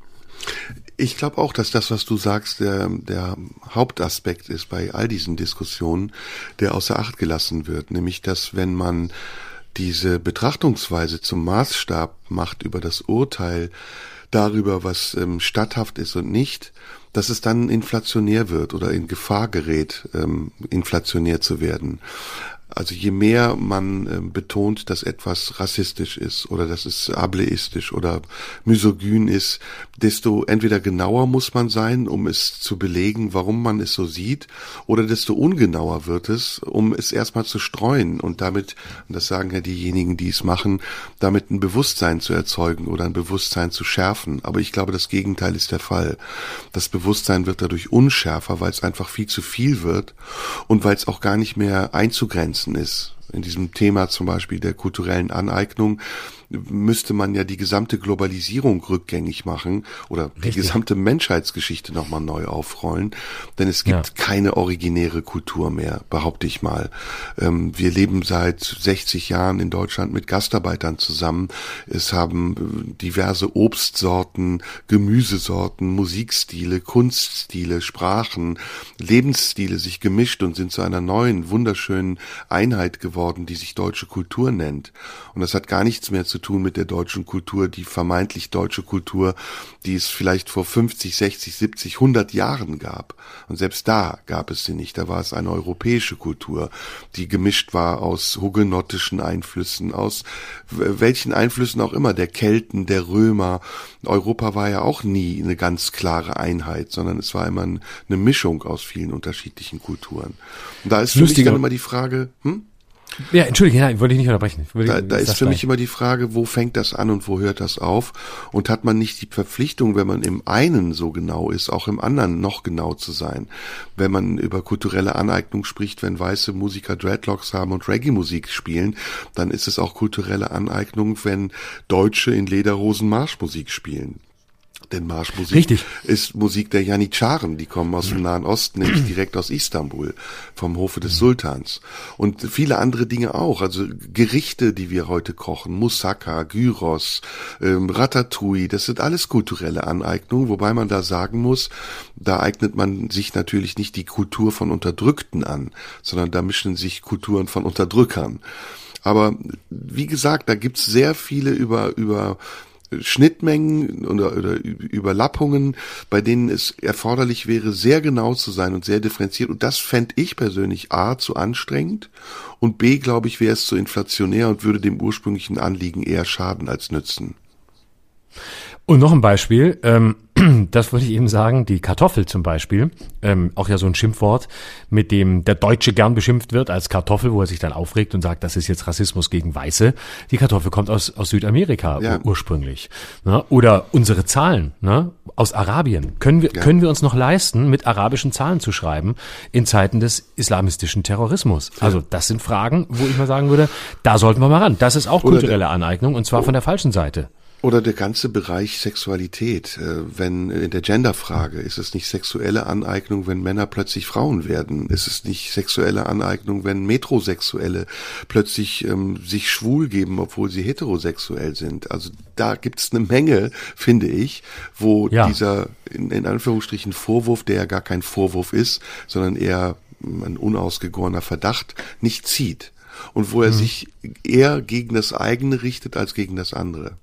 Ich glaube auch, dass das, was du sagst, der Hauptaspekt ist bei all diesen Diskussionen, der außer Acht gelassen wird. Nämlich, dass wenn man diese Betrachtungsweise zum Maßstab macht über das Urteil darüber, was statthaft ist und nicht, dass es dann inflationär wird oder in Gefahr gerät, inflationär zu werden. Also je mehr man betont, dass etwas rassistisch ist oder dass es ableistisch oder misogyn ist, desto entweder genauer muss man sein, um es zu belegen, warum man es so sieht, oder desto ungenauer wird es, um es erstmal zu streuen und damit, und das sagen ja diejenigen, die es machen, damit ein Bewusstsein zu erzeugen oder ein Bewusstsein zu schärfen. Aber ich glaube, das Gegenteil ist der Fall. Das Bewusstsein wird dadurch unschärfer, weil es einfach viel zu viel wird und weil es auch gar nicht mehr einzugrenzen ist. In diesem Thema zum Beispiel der kulturellen Aneignung müsste man ja die gesamte Globalisierung rückgängig machen oder die gesamte Menschheitsgeschichte nochmal neu aufrollen, denn es gibt keine originäre Kultur mehr, behaupte ich mal. Wir leben seit 60 Jahren in Deutschland mit Gastarbeitern zusammen. Es haben diverse Obstsorten, Gemüsesorten, Musikstile, Kunststile, Sprachen, Lebensstile sich gemischt und sind zu einer neuen, wunderschönen Einheit geworden, die sich deutsche Kultur nennt. Und das hat gar nichts mehr zu tun mit der deutschen Kultur, die vermeintlich deutsche Kultur, die es vielleicht vor 50, 60, 70, 100 Jahren gab. Und selbst da gab es sie nicht. Da war es eine europäische Kultur, die gemischt war aus hugenottischen Einflüssen, aus welchen Einflüssen auch immer, der Kelten, der Römer. Europa war ja auch nie eine ganz klare Einheit, sondern es war immer eine Mischung aus vielen unterschiedlichen Kulturen. Und da ist für mich dann immer die Frage, Ja, entschuldige, nein, wollte ich nicht unterbrechen. Da ist für mich immer die Frage, wo fängt das an und wo hört das auf? Und hat man nicht die Verpflichtung, wenn man im einen so genau ist, auch im anderen noch genau zu sein? Wenn man über kulturelle Aneignung spricht, wenn weiße Musiker Dreadlocks haben und Reggae-Musik spielen, dann ist es auch kulturelle Aneignung, wenn Deutsche in Lederhosen Marschmusik spielen. Denn Marschmusik ist Musik der Janitscharen, die kommen aus dem Nahen Osten, nämlich direkt aus Istanbul, vom Hofe des Sultans. Und viele andere Dinge auch, also Gerichte, die wir heute kochen, Moussaka, Gyros, Ratatouille, das sind alles kulturelle Aneignungen, wobei man da sagen muss, da eignet man sich natürlich nicht die Kultur von Unterdrückten an, sondern da mischen sich Kulturen von Unterdrückern. Aber wie gesagt, da gibt's sehr viele über Schnittmengen oder Überlappungen, bei denen es erforderlich wäre, sehr genau zu sein und sehr differenziert. Und das fände ich persönlich A, zu anstrengend und B, glaube ich, wäre es zu inflationär und würde dem ursprünglichen Anliegen eher schaden als nützen. Und noch ein Beispiel, das wollte ich eben sagen, die Kartoffel zum Beispiel, auch ja so ein Schimpfwort, mit dem der Deutsche gern beschimpft wird als Kartoffel, wo er sich dann aufregt und sagt, das ist jetzt Rassismus gegen Weiße. Die Kartoffel kommt aus Südamerika ursprünglich. Ne? Oder unsere Zahlen, ne? Aus Arabien. Können wir uns noch leisten, mit arabischen Zahlen zu schreiben in Zeiten des islamistischen Terrorismus? Ja. Also das sind Fragen, wo ich mal sagen würde, da sollten wir mal ran. Das ist auch kulturelle Aneignung und zwar von der falschen Seite. Oder der ganze Bereich Sexualität, wenn in der Genderfrage, ist es nicht sexuelle Aneignung, wenn Männer plötzlich Frauen werden? Ist es nicht sexuelle Aneignung, wenn Metrosexuelle plötzlich sich schwul geben, obwohl sie heterosexuell sind? Also da gibt's eine Menge, finde ich, wo dieser in Anführungsstrichen Vorwurf, der ja gar kein Vorwurf ist, sondern eher ein unausgegorener Verdacht, nicht zieht. Und wo er sich eher gegen das eigene richtet als gegen das andere.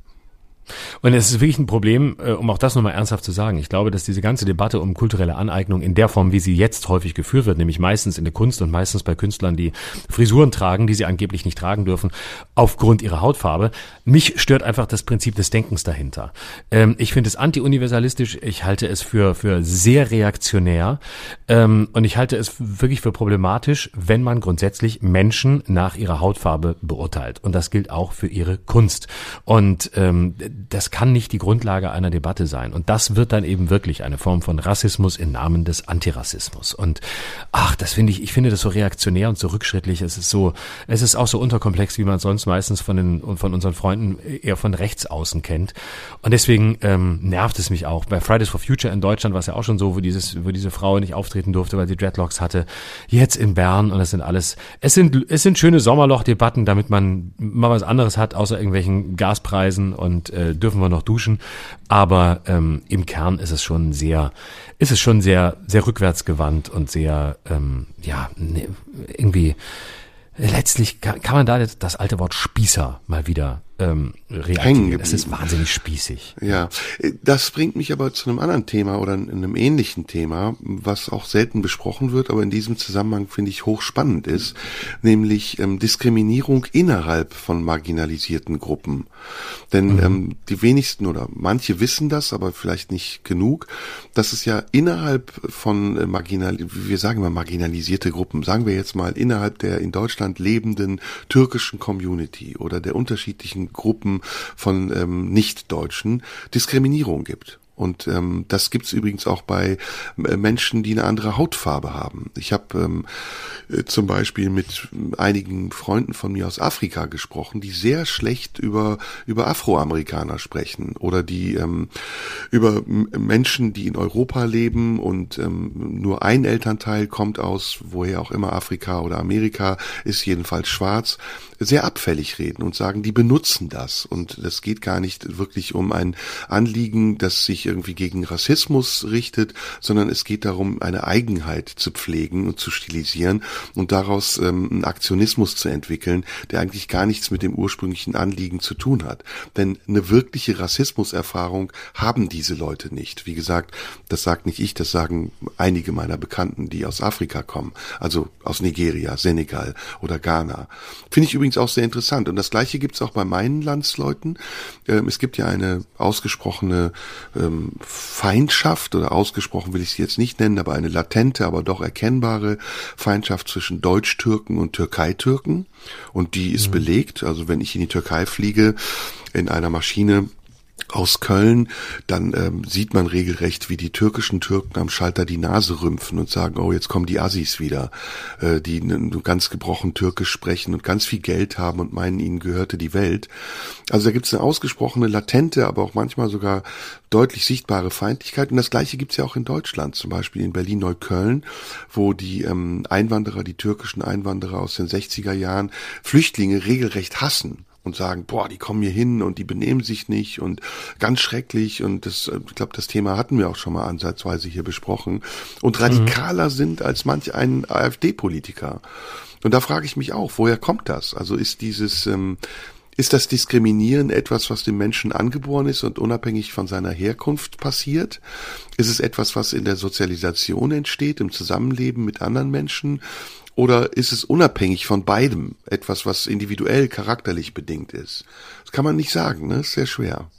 Und es ist wirklich ein Problem, um auch das nochmal ernsthaft zu sagen. Ich glaube, dass diese ganze Debatte um kulturelle Aneignung in der Form, wie sie jetzt häufig geführt wird, nämlich meistens in der Kunst und meistens bei Künstlern, die Frisuren tragen, die sie angeblich nicht tragen dürfen, aufgrund ihrer Hautfarbe. Mich stört einfach das Prinzip des Denkens dahinter. Ich finde es anti-universalistisch, ich halte es für sehr reaktionär und ich halte es wirklich für problematisch, wenn man grundsätzlich Menschen nach ihrer Hautfarbe beurteilt. Und das gilt auch für ihre Kunst. Und das kann nicht die Grundlage einer Debatte sein. Und das wird dann eben wirklich eine Form von Rassismus im Namen des Antirassismus. Und das finde ich finde das so reaktionär und so rückschrittlich. Es ist auch so unterkomplex, wie man es sonst meistens von unseren Freunden eher von rechts außen kennt. Und deswegen nervt es mich auch. Bei Fridays for Future in Deutschland war es ja auch schon so, wo diese Frau nicht auftreten durfte, weil sie Dreadlocks hatte. Jetzt in Bern und es sind schöne Sommerlochdebatten, damit man mal was anderes hat, außer irgendwelchen Gaspreisen und dürfen wir noch duschen, aber im Kern ist es schon sehr, sehr rückwärtsgewandt und sehr, irgendwie letztlich kann man da das alte Wort Spießer mal wieder reaktivieren. Es ist wahnsinnig spießig. Ja, das bringt mich aber zu einem anderen Thema oder einem ähnlichen Thema, was auch selten besprochen wird, aber in diesem Zusammenhang finde ich hochspannend ist, nämlich Diskriminierung innerhalb von marginalisierten Gruppen. Denn die wenigsten oder manche wissen das, aber vielleicht nicht genug, dass es ja innerhalb von wir sagen mal marginalisierte Gruppen, sagen wir jetzt mal innerhalb der in Deutschland lebenden türkischen Community oder der unterschiedlichen Gruppen von Nicht-Deutschen Diskriminierung gibt. Und das gibt's übrigens auch bei Menschen, die eine andere Hautfarbe haben. Ich habe zum Beispiel mit einigen Freunden von mir aus Afrika gesprochen, die sehr schlecht über Afroamerikaner sprechen oder die über Menschen, die in Europa leben und nur ein Elternteil kommt aus, woher auch immer Afrika oder Amerika, ist jedenfalls schwarz, sehr abfällig reden und sagen, die benutzen das. Und das geht gar nicht wirklich um ein Anliegen, das sich irgendwie gegen Rassismus richtet, sondern es geht darum, eine Eigenheit zu pflegen und zu stilisieren und daraus einen Aktionismus zu entwickeln, der eigentlich gar nichts mit dem ursprünglichen Anliegen zu tun hat. Denn eine wirkliche Rassismuserfahrung haben diese Leute nicht. Wie gesagt, das sagt nicht ich, das sagen einige meiner Bekannten, die aus Afrika kommen, also aus Nigeria, Senegal oder Ghana. Finde ich übrigens auch sehr interessant. Und das Gleiche gibt es auch bei meinen Landsleuten. Es gibt ja eine ausgesprochene Feindschaft, oder ausgesprochen will ich sie jetzt nicht nennen, aber eine latente, aber doch erkennbare Feindschaft zwischen Deutsch-Türken und Türkei-Türken. Und die ist belegt. Also wenn ich in die Türkei fliege, in einer Maschine aus Köln, dann sieht man regelrecht, wie die türkischen Türken am Schalter die Nase rümpfen und sagen, oh, jetzt kommen die Assis wieder, die nur ganz gebrochen Türkisch sprechen und ganz viel Geld haben und meinen, ihnen gehörte die Welt. Also da gibt es eine ausgesprochene, latente, aber auch manchmal sogar deutlich sichtbare Feindlichkeit. Und das Gleiche gibt es ja auch in Deutschland, zum Beispiel in Berlin-Neukölln, wo die Einwanderer, die türkischen Einwanderer aus den 60er Jahren Flüchtlinge regelrecht hassen. Und sagen, boah, die kommen hier hin und die benehmen sich nicht und ganz schrecklich und das, ich glaube, das Thema hatten wir auch schon mal ansatzweise hier besprochen und radikaler sind als manch ein AfD-Politiker. Und da frage ich mich auch, woher kommt das? Also ist das Diskriminieren etwas, was dem Menschen angeboren ist und unabhängig von seiner Herkunft passiert? Ist es etwas, was in der Sozialisation entsteht, im Zusammenleben mit anderen Menschen? Oder ist es unabhängig von beidem etwas, was individuell, charakterlich bedingt ist? Das kann man nicht sagen, ne? Ist sehr schwer.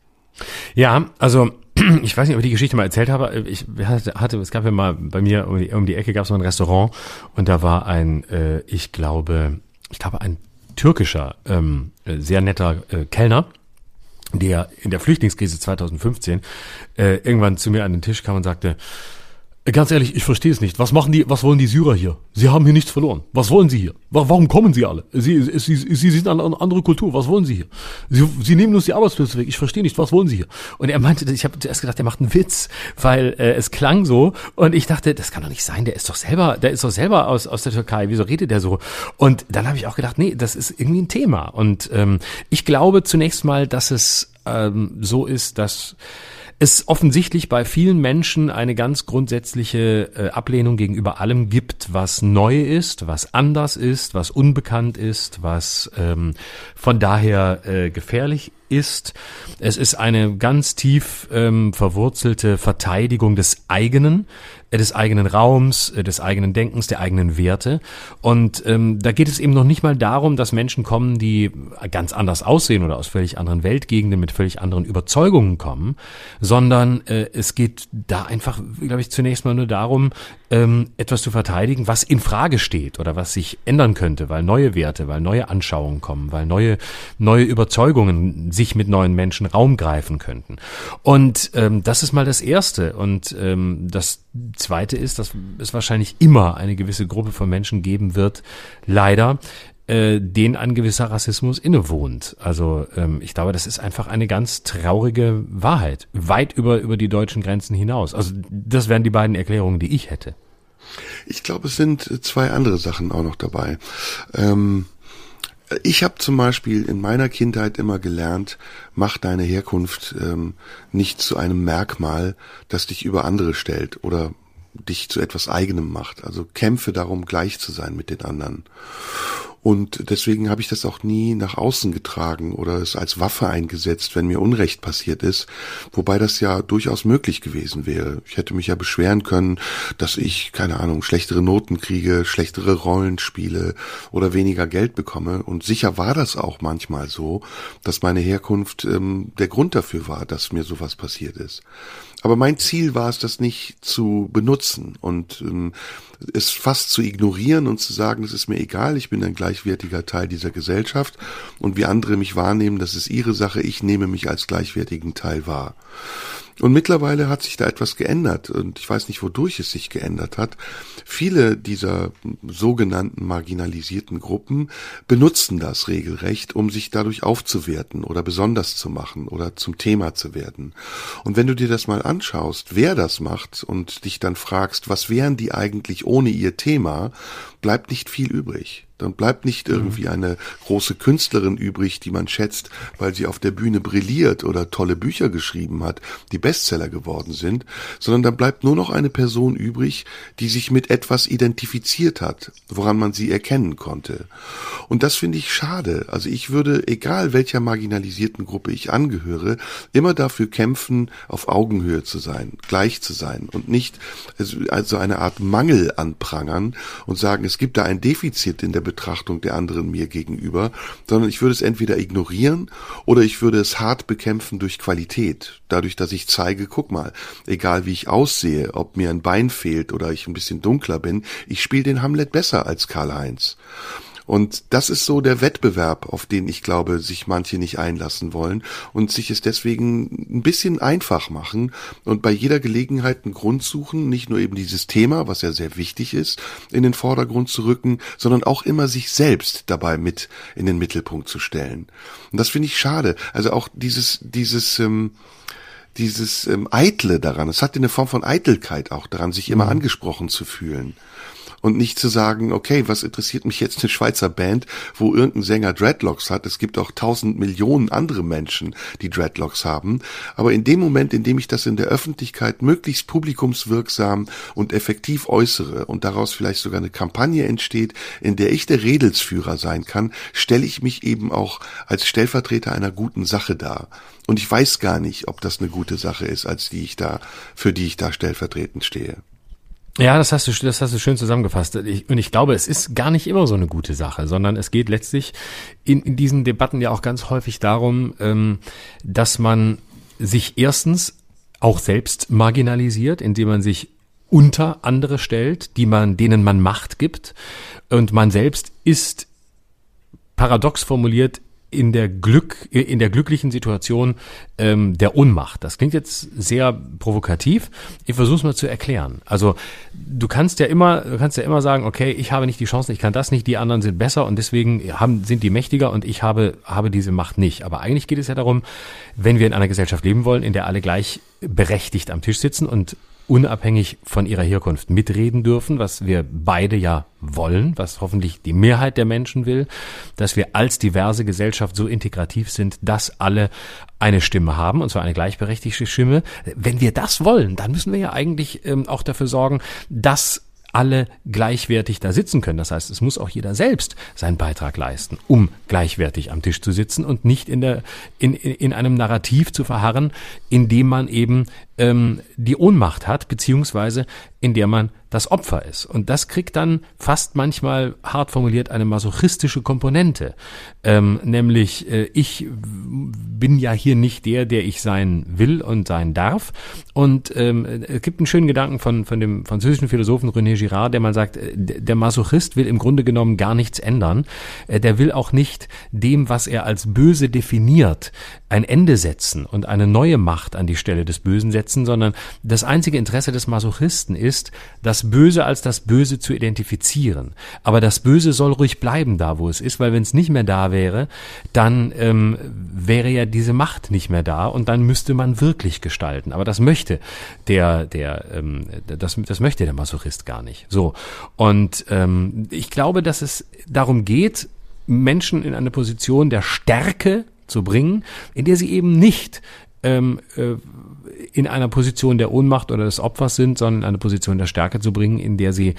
Ja, also ich weiß nicht, ob ich die Geschichte mal erzählt habe. Es gab ja mal bei mir um die Ecke gab es mal ein Restaurant und da war ich glaube ein türkischer, sehr netter Kellner, der in der Flüchtlingskrise 2015 irgendwann zu mir an den Tisch kam und sagte, ganz ehrlich, ich verstehe es nicht. Was wollen die Syrer hier? Sie haben hier nichts verloren. Was wollen sie hier? Warum kommen sie alle? Sie sind eine andere Kultur. Was wollen sie hier? Sie nehmen uns die Arbeitsplätze weg. Ich verstehe nicht. Was wollen sie hier? Und er meinte, ich habe zuerst gedacht, der macht einen Witz, weil es klang so. Und ich dachte, das kann doch nicht sein. Der ist doch selber aus der Türkei. Wieso redet der so? Und dann habe ich auch gedacht, nee, das ist irgendwie ein Thema. Und ich glaube zunächst mal, dass es so ist, dass es offensichtlich bei vielen Menschen eine ganz grundsätzliche Ablehnung gegenüber allem gibt, was neu ist, was anders ist, was unbekannt ist, was von daher gefährlich ist. Es ist eine ganz tief verwurzelte Verteidigung des eigenen Raums, des eigenen Denkens, der eigenen Werte. Und da geht es eben noch nicht mal darum, dass Menschen kommen, die ganz anders aussehen oder aus völlig anderen Weltgegenden mit völlig anderen Überzeugungen kommen, sondern es geht da einfach, glaube ich, zunächst mal nur darum, etwas zu verteidigen, was in Frage steht oder was sich ändern könnte, weil neue Werte, weil neue Anschauungen kommen, weil neue Überzeugungen sich mit neuen Menschen Raum greifen könnten. Und das ist mal das Erste. Und das Zweite ist, dass es wahrscheinlich immer eine gewisse Gruppe von Menschen geben wird, leider, denen ein gewisser Rassismus innewohnt. Also ich glaube, das ist einfach eine ganz traurige Wahrheit, weit über die deutschen Grenzen hinaus. Also das wären die beiden Erklärungen, die ich hätte. Ich glaube, es sind zwei andere Sachen auch noch dabei. Ich habe zum Beispiel in meiner Kindheit immer gelernt, mach deine Herkunft nicht zu einem Merkmal, das dich über andere stellt oder dich zu etwas Eigenem macht. Also kämpfe darum, gleich zu sein mit den anderen. Und deswegen habe ich das auch nie nach außen getragen oder es als Waffe eingesetzt, wenn mir Unrecht passiert ist, wobei das ja durchaus möglich gewesen wäre. Ich hätte mich ja beschweren können, dass ich, keine Ahnung, schlechtere Noten kriege, schlechtere Rollen spiele oder weniger Geld bekomme. Und sicher war das auch manchmal so, dass meine Herkunft der Grund dafür war, dass mir sowas passiert ist. Aber mein Ziel war es, das nicht zu benutzen und es fast zu ignorieren und zu sagen, es ist mir egal, ich bin ein gleichwertiger Teil dieser Gesellschaft und wie andere mich wahrnehmen, das ist ihre Sache, ich nehme mich als gleichwertigen Teil wahr. Und mittlerweile hat sich da etwas geändert und ich weiß nicht, wodurch es sich geändert hat. Viele dieser sogenannten marginalisierten Gruppen benutzen das regelrecht, um sich dadurch aufzuwerten oder besonders zu machen oder zum Thema zu werden. Und wenn du dir das mal anschaust, wer das macht und dich dann fragst, was wären die eigentlich ohne ihr Thema, bleibt nicht viel übrig. Dann bleibt nicht irgendwie eine große Künstlerin übrig, die man schätzt, weil sie auf der Bühne brilliert oder tolle Bücher geschrieben hat, die Bestseller geworden sind, sondern dann bleibt nur noch eine Person übrig, die sich mit etwas identifiziert hat, woran man sie erkennen konnte. Und das finde ich schade. Also ich würde, egal welcher marginalisierten Gruppe ich angehöre, immer dafür kämpfen, auf Augenhöhe zu sein, gleich zu sein und nicht also eine Art Mangel anprangern und sagen, es gibt da ein Defizit in der Betrachtung der anderen mir gegenüber, sondern ich würde es entweder ignorieren oder ich würde es hart bekämpfen durch Qualität, dadurch, dass ich zeige, guck mal, egal wie ich aussehe, ob mir ein Bein fehlt oder ich ein bisschen dunkler bin, ich spiele den Hamlet besser als Karl-Heinz. Und das ist so der Wettbewerb, auf den ich glaube, sich manche nicht einlassen wollen und sich es deswegen ein bisschen einfach machen und bei jeder Gelegenheit einen Grund suchen, nicht nur eben dieses Thema, was ja sehr wichtig ist, in den Vordergrund zu rücken, sondern auch immer sich selbst dabei mit in den Mittelpunkt zu stellen. Und das finde ich schade. Also auch dieses Eitle daran, es hat eine Form von Eitelkeit auch daran, sich immer angesprochen zu fühlen. Und nicht zu sagen, okay, was interessiert mich jetzt eine Schweizer Band, wo irgendein Sänger Dreadlocks hat? Es gibt auch 1000 Millionen andere Menschen, die Dreadlocks haben. Aber in dem Moment, in dem ich das in der Öffentlichkeit möglichst publikumswirksam und effektiv äußere und daraus vielleicht sogar eine Kampagne entsteht, in der ich der Redelsführer sein kann, stelle ich mich eben auch als Stellvertreter einer guten Sache dar. Und ich weiß gar nicht, ob das eine gute Sache ist, für die ich da stellvertretend stehe. Ja, das hast du schön zusammengefasst. Und ich glaube, es ist gar nicht immer so eine gute Sache, sondern es geht letztlich in diesen Debatten ja auch ganz häufig darum, dass man sich erstens auch selbst marginalisiert, indem man sich unter andere stellt, denen man Macht gibt. Und man selbst ist, paradox formuliert, in der glücklichen Situation der Ohnmacht. Das klingt jetzt sehr provokativ. Ich versuche es mal zu erklären. Also du kannst ja immer sagen, okay, ich habe nicht die Chancen, ich kann das nicht, die anderen sind besser und deswegen sind die mächtiger und ich habe diese Macht nicht. Aber eigentlich geht es ja darum, wenn wir in einer Gesellschaft leben wollen, in der alle gleichberechtigt am Tisch sitzen und unabhängig von ihrer Herkunft mitreden dürfen, was wir beide ja wollen, was hoffentlich die Mehrheit der Menschen will, dass wir als diverse Gesellschaft so integrativ sind, dass alle eine Stimme haben, und zwar eine gleichberechtigte Stimme. Wenn wir das wollen, dann müssen wir ja eigentlich auch dafür sorgen, dass alle gleichwertig da sitzen können. Das heißt, es muss auch jeder selbst seinen Beitrag leisten, um gleichwertig am Tisch zu sitzen und nicht in einem Narrativ zu verharren, in dem man eben die Ohnmacht hat, beziehungsweise in der man das Opfer ist. Und das kriegt dann fast manchmal, hart formuliert, eine masochistische Komponente. Nämlich, ich bin ja hier nicht der ich sein will und sein darf. Und es gibt einen schönen Gedanken von dem französischen Philosophen René Girard, der mal sagt, der Masochist will im Grunde genommen gar nichts ändern. Der will auch nicht dem, was er als böse definiert, ein Ende setzen und eine neue Macht an die Stelle des Bösen setzen, sondern das einzige Interesse des Masochisten ist, das Böse als das Böse zu identifizieren. Aber das Böse soll ruhig bleiben da, wo es ist, weil wenn es nicht mehr da wäre, dann wäre ja diese Macht nicht mehr da und dann müsste man wirklich gestalten. Aber das möchte das möchte der Masochist gar nicht. So. Und ich glaube, dass es darum geht, Menschen in eine Position der Stärke zu bringen, in der sie eben nicht in einer Position der Ohnmacht oder des Opfers sind, sondern in eine Position der Stärke zu bringen, in der sie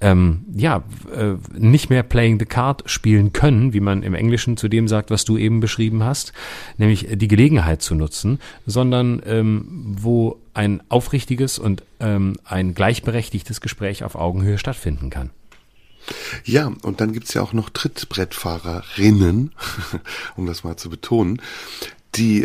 nicht mehr playing the card spielen können, wie man im Englischen zu dem sagt, was du eben beschrieben hast, nämlich die Gelegenheit zu nutzen, sondern wo ein aufrichtiges und ein gleichberechtigtes Gespräch auf Augenhöhe stattfinden kann. Ja, und dann gibt's ja auch noch Trittbrettfahrerinnen, um das mal zu betonen, die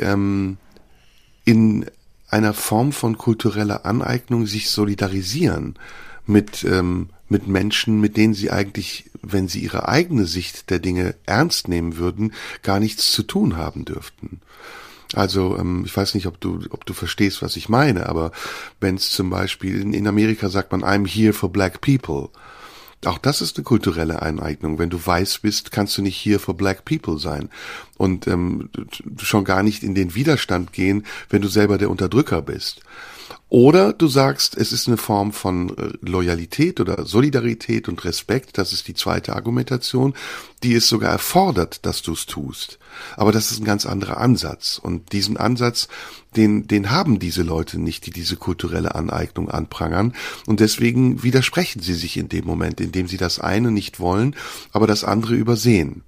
in einer Form von kultureller Aneignung sich solidarisieren mit Menschen, mit denen sie eigentlich, wenn sie ihre eigene Sicht der Dinge ernst nehmen würden, gar nichts zu tun haben dürften. Also ich weiß nicht, ob du verstehst, was ich meine, aber wenn es zum Beispiel in Amerika sagt man, I'm here for black people. Auch das ist eine kulturelle Eineignung. Wenn du weiß bist, kannst du nicht hier for black people sein und schon gar nicht in den Widerstand gehen, wenn du selber der Unterdrücker bist. Oder du sagst, es ist eine Form von Loyalität oder Solidarität und Respekt, das ist die zweite Argumentation, die es sogar erfordert, dass du es tust. Aber das ist ein ganz anderer Ansatz. Und diesen Ansatz, den haben diese Leute nicht, die diese kulturelle Aneignung anprangern. Und deswegen widersprechen sie sich in dem Moment, indem sie das eine nicht wollen, aber das andere übersehen.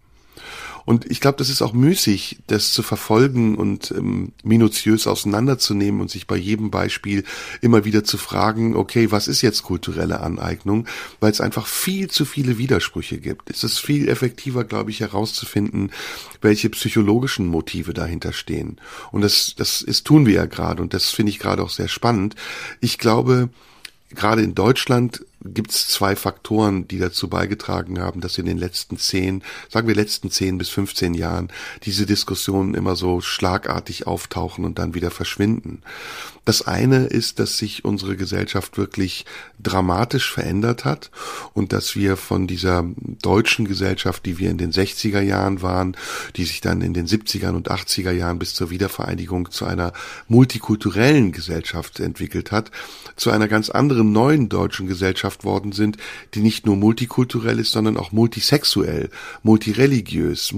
Und ich glaube, das ist auch müßig, das zu verfolgen und minutiös auseinanderzunehmen und sich bei jedem Beispiel immer wieder zu fragen, okay, was ist jetzt kulturelle Aneignung? Weil es einfach viel zu viele Widersprüche gibt. Es ist viel effektiver, glaube ich, herauszufinden, welche psychologischen Motive dahinter stehen. Und das tun wir ja gerade und das finde ich gerade auch sehr spannend. Ich glaube, gerade in Deutschland gibt es zwei Faktoren, die dazu beigetragen haben, dass in den letzten 10 bis 15 Jahren diese Diskussionen immer so schlagartig auftauchen und dann wieder verschwinden. Das eine ist, dass sich unsere Gesellschaft wirklich dramatisch verändert hat und dass wir von dieser deutschen Gesellschaft, die wir in den 60er Jahren waren, die sich dann in den 70er und 80er Jahren bis zur Wiedervereinigung zu einer multikulturellen Gesellschaft entwickelt hat, zu einer ganz anderen neuen deutschen Gesellschaft worden sind, die nicht nur multikulturell ist, sondern auch multisexuell, multireligiös,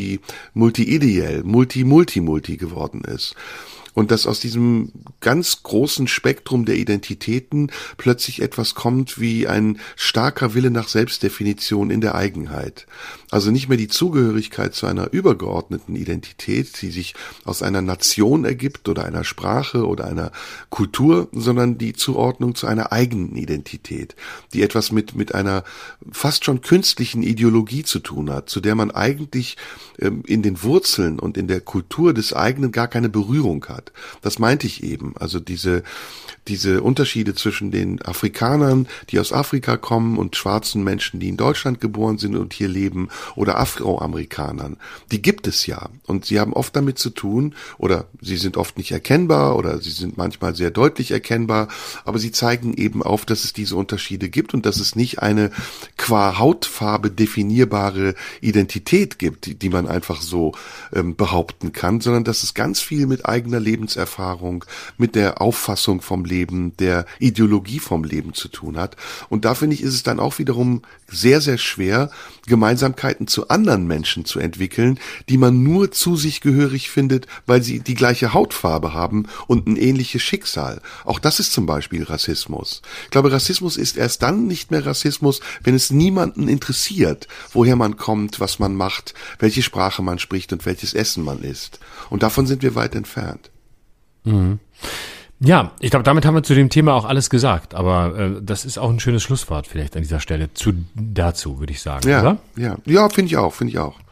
multi-ideell, multi geworden ist. Und dass aus diesem ganz großen Spektrum der Identitäten plötzlich etwas kommt wie ein starker Wille nach Selbstdefinition in der Eigenheit. Also nicht mehr die Zugehörigkeit zu einer übergeordneten Identität, die sich aus einer Nation ergibt oder einer Sprache oder einer Kultur, sondern die Zuordnung zu einer eigenen Identität, die etwas mit einer fast schon künstlichen Ideologie zu tun hat, zu der man eigentlich in den Wurzeln und in der Kultur des eigenen gar keine Berührung hat. Das meinte ich eben. Also diese Unterschiede zwischen den Afrikanern, die aus Afrika kommen, und schwarzen Menschen, die in Deutschland geboren sind und hier leben, oder Afroamerikanern, die gibt es ja. Und sie haben oft damit zu tun, oder sie sind oft nicht erkennbar, oder sie sind manchmal sehr deutlich erkennbar, aber sie zeigen eben auf, dass es diese Unterschiede gibt und dass es nicht eine qua Hautfarbe definierbare Identität gibt, die man einfach so behaupten kann, sondern dass es ganz viel mit eigener Lebenserfahrung, mit der Auffassung vom Leben, der Ideologie vom Leben zu tun hat. Und da finde ich, ist es dann auch wiederum sehr, sehr schwer, Gemeinsamkeiten zu anderen Menschen zu entwickeln, die man nur zu sich gehörig findet, weil sie die gleiche Hautfarbe haben und ein ähnliches Schicksal. Auch das ist zum Beispiel Rassismus. Ich glaube, Rassismus ist erst dann nicht mehr Rassismus, wenn es niemanden interessiert, woher man kommt, was man macht, welche Sprache man spricht und welches Essen man isst. Und davon sind wir weit entfernt. Mhm. Ja, ich glaube, damit haben wir zu dem Thema auch alles gesagt, aber das ist auch ein schönes Schlusswort vielleicht an dieser Stelle dazu, würde ich sagen, ja, oder? Ja, finde ich auch.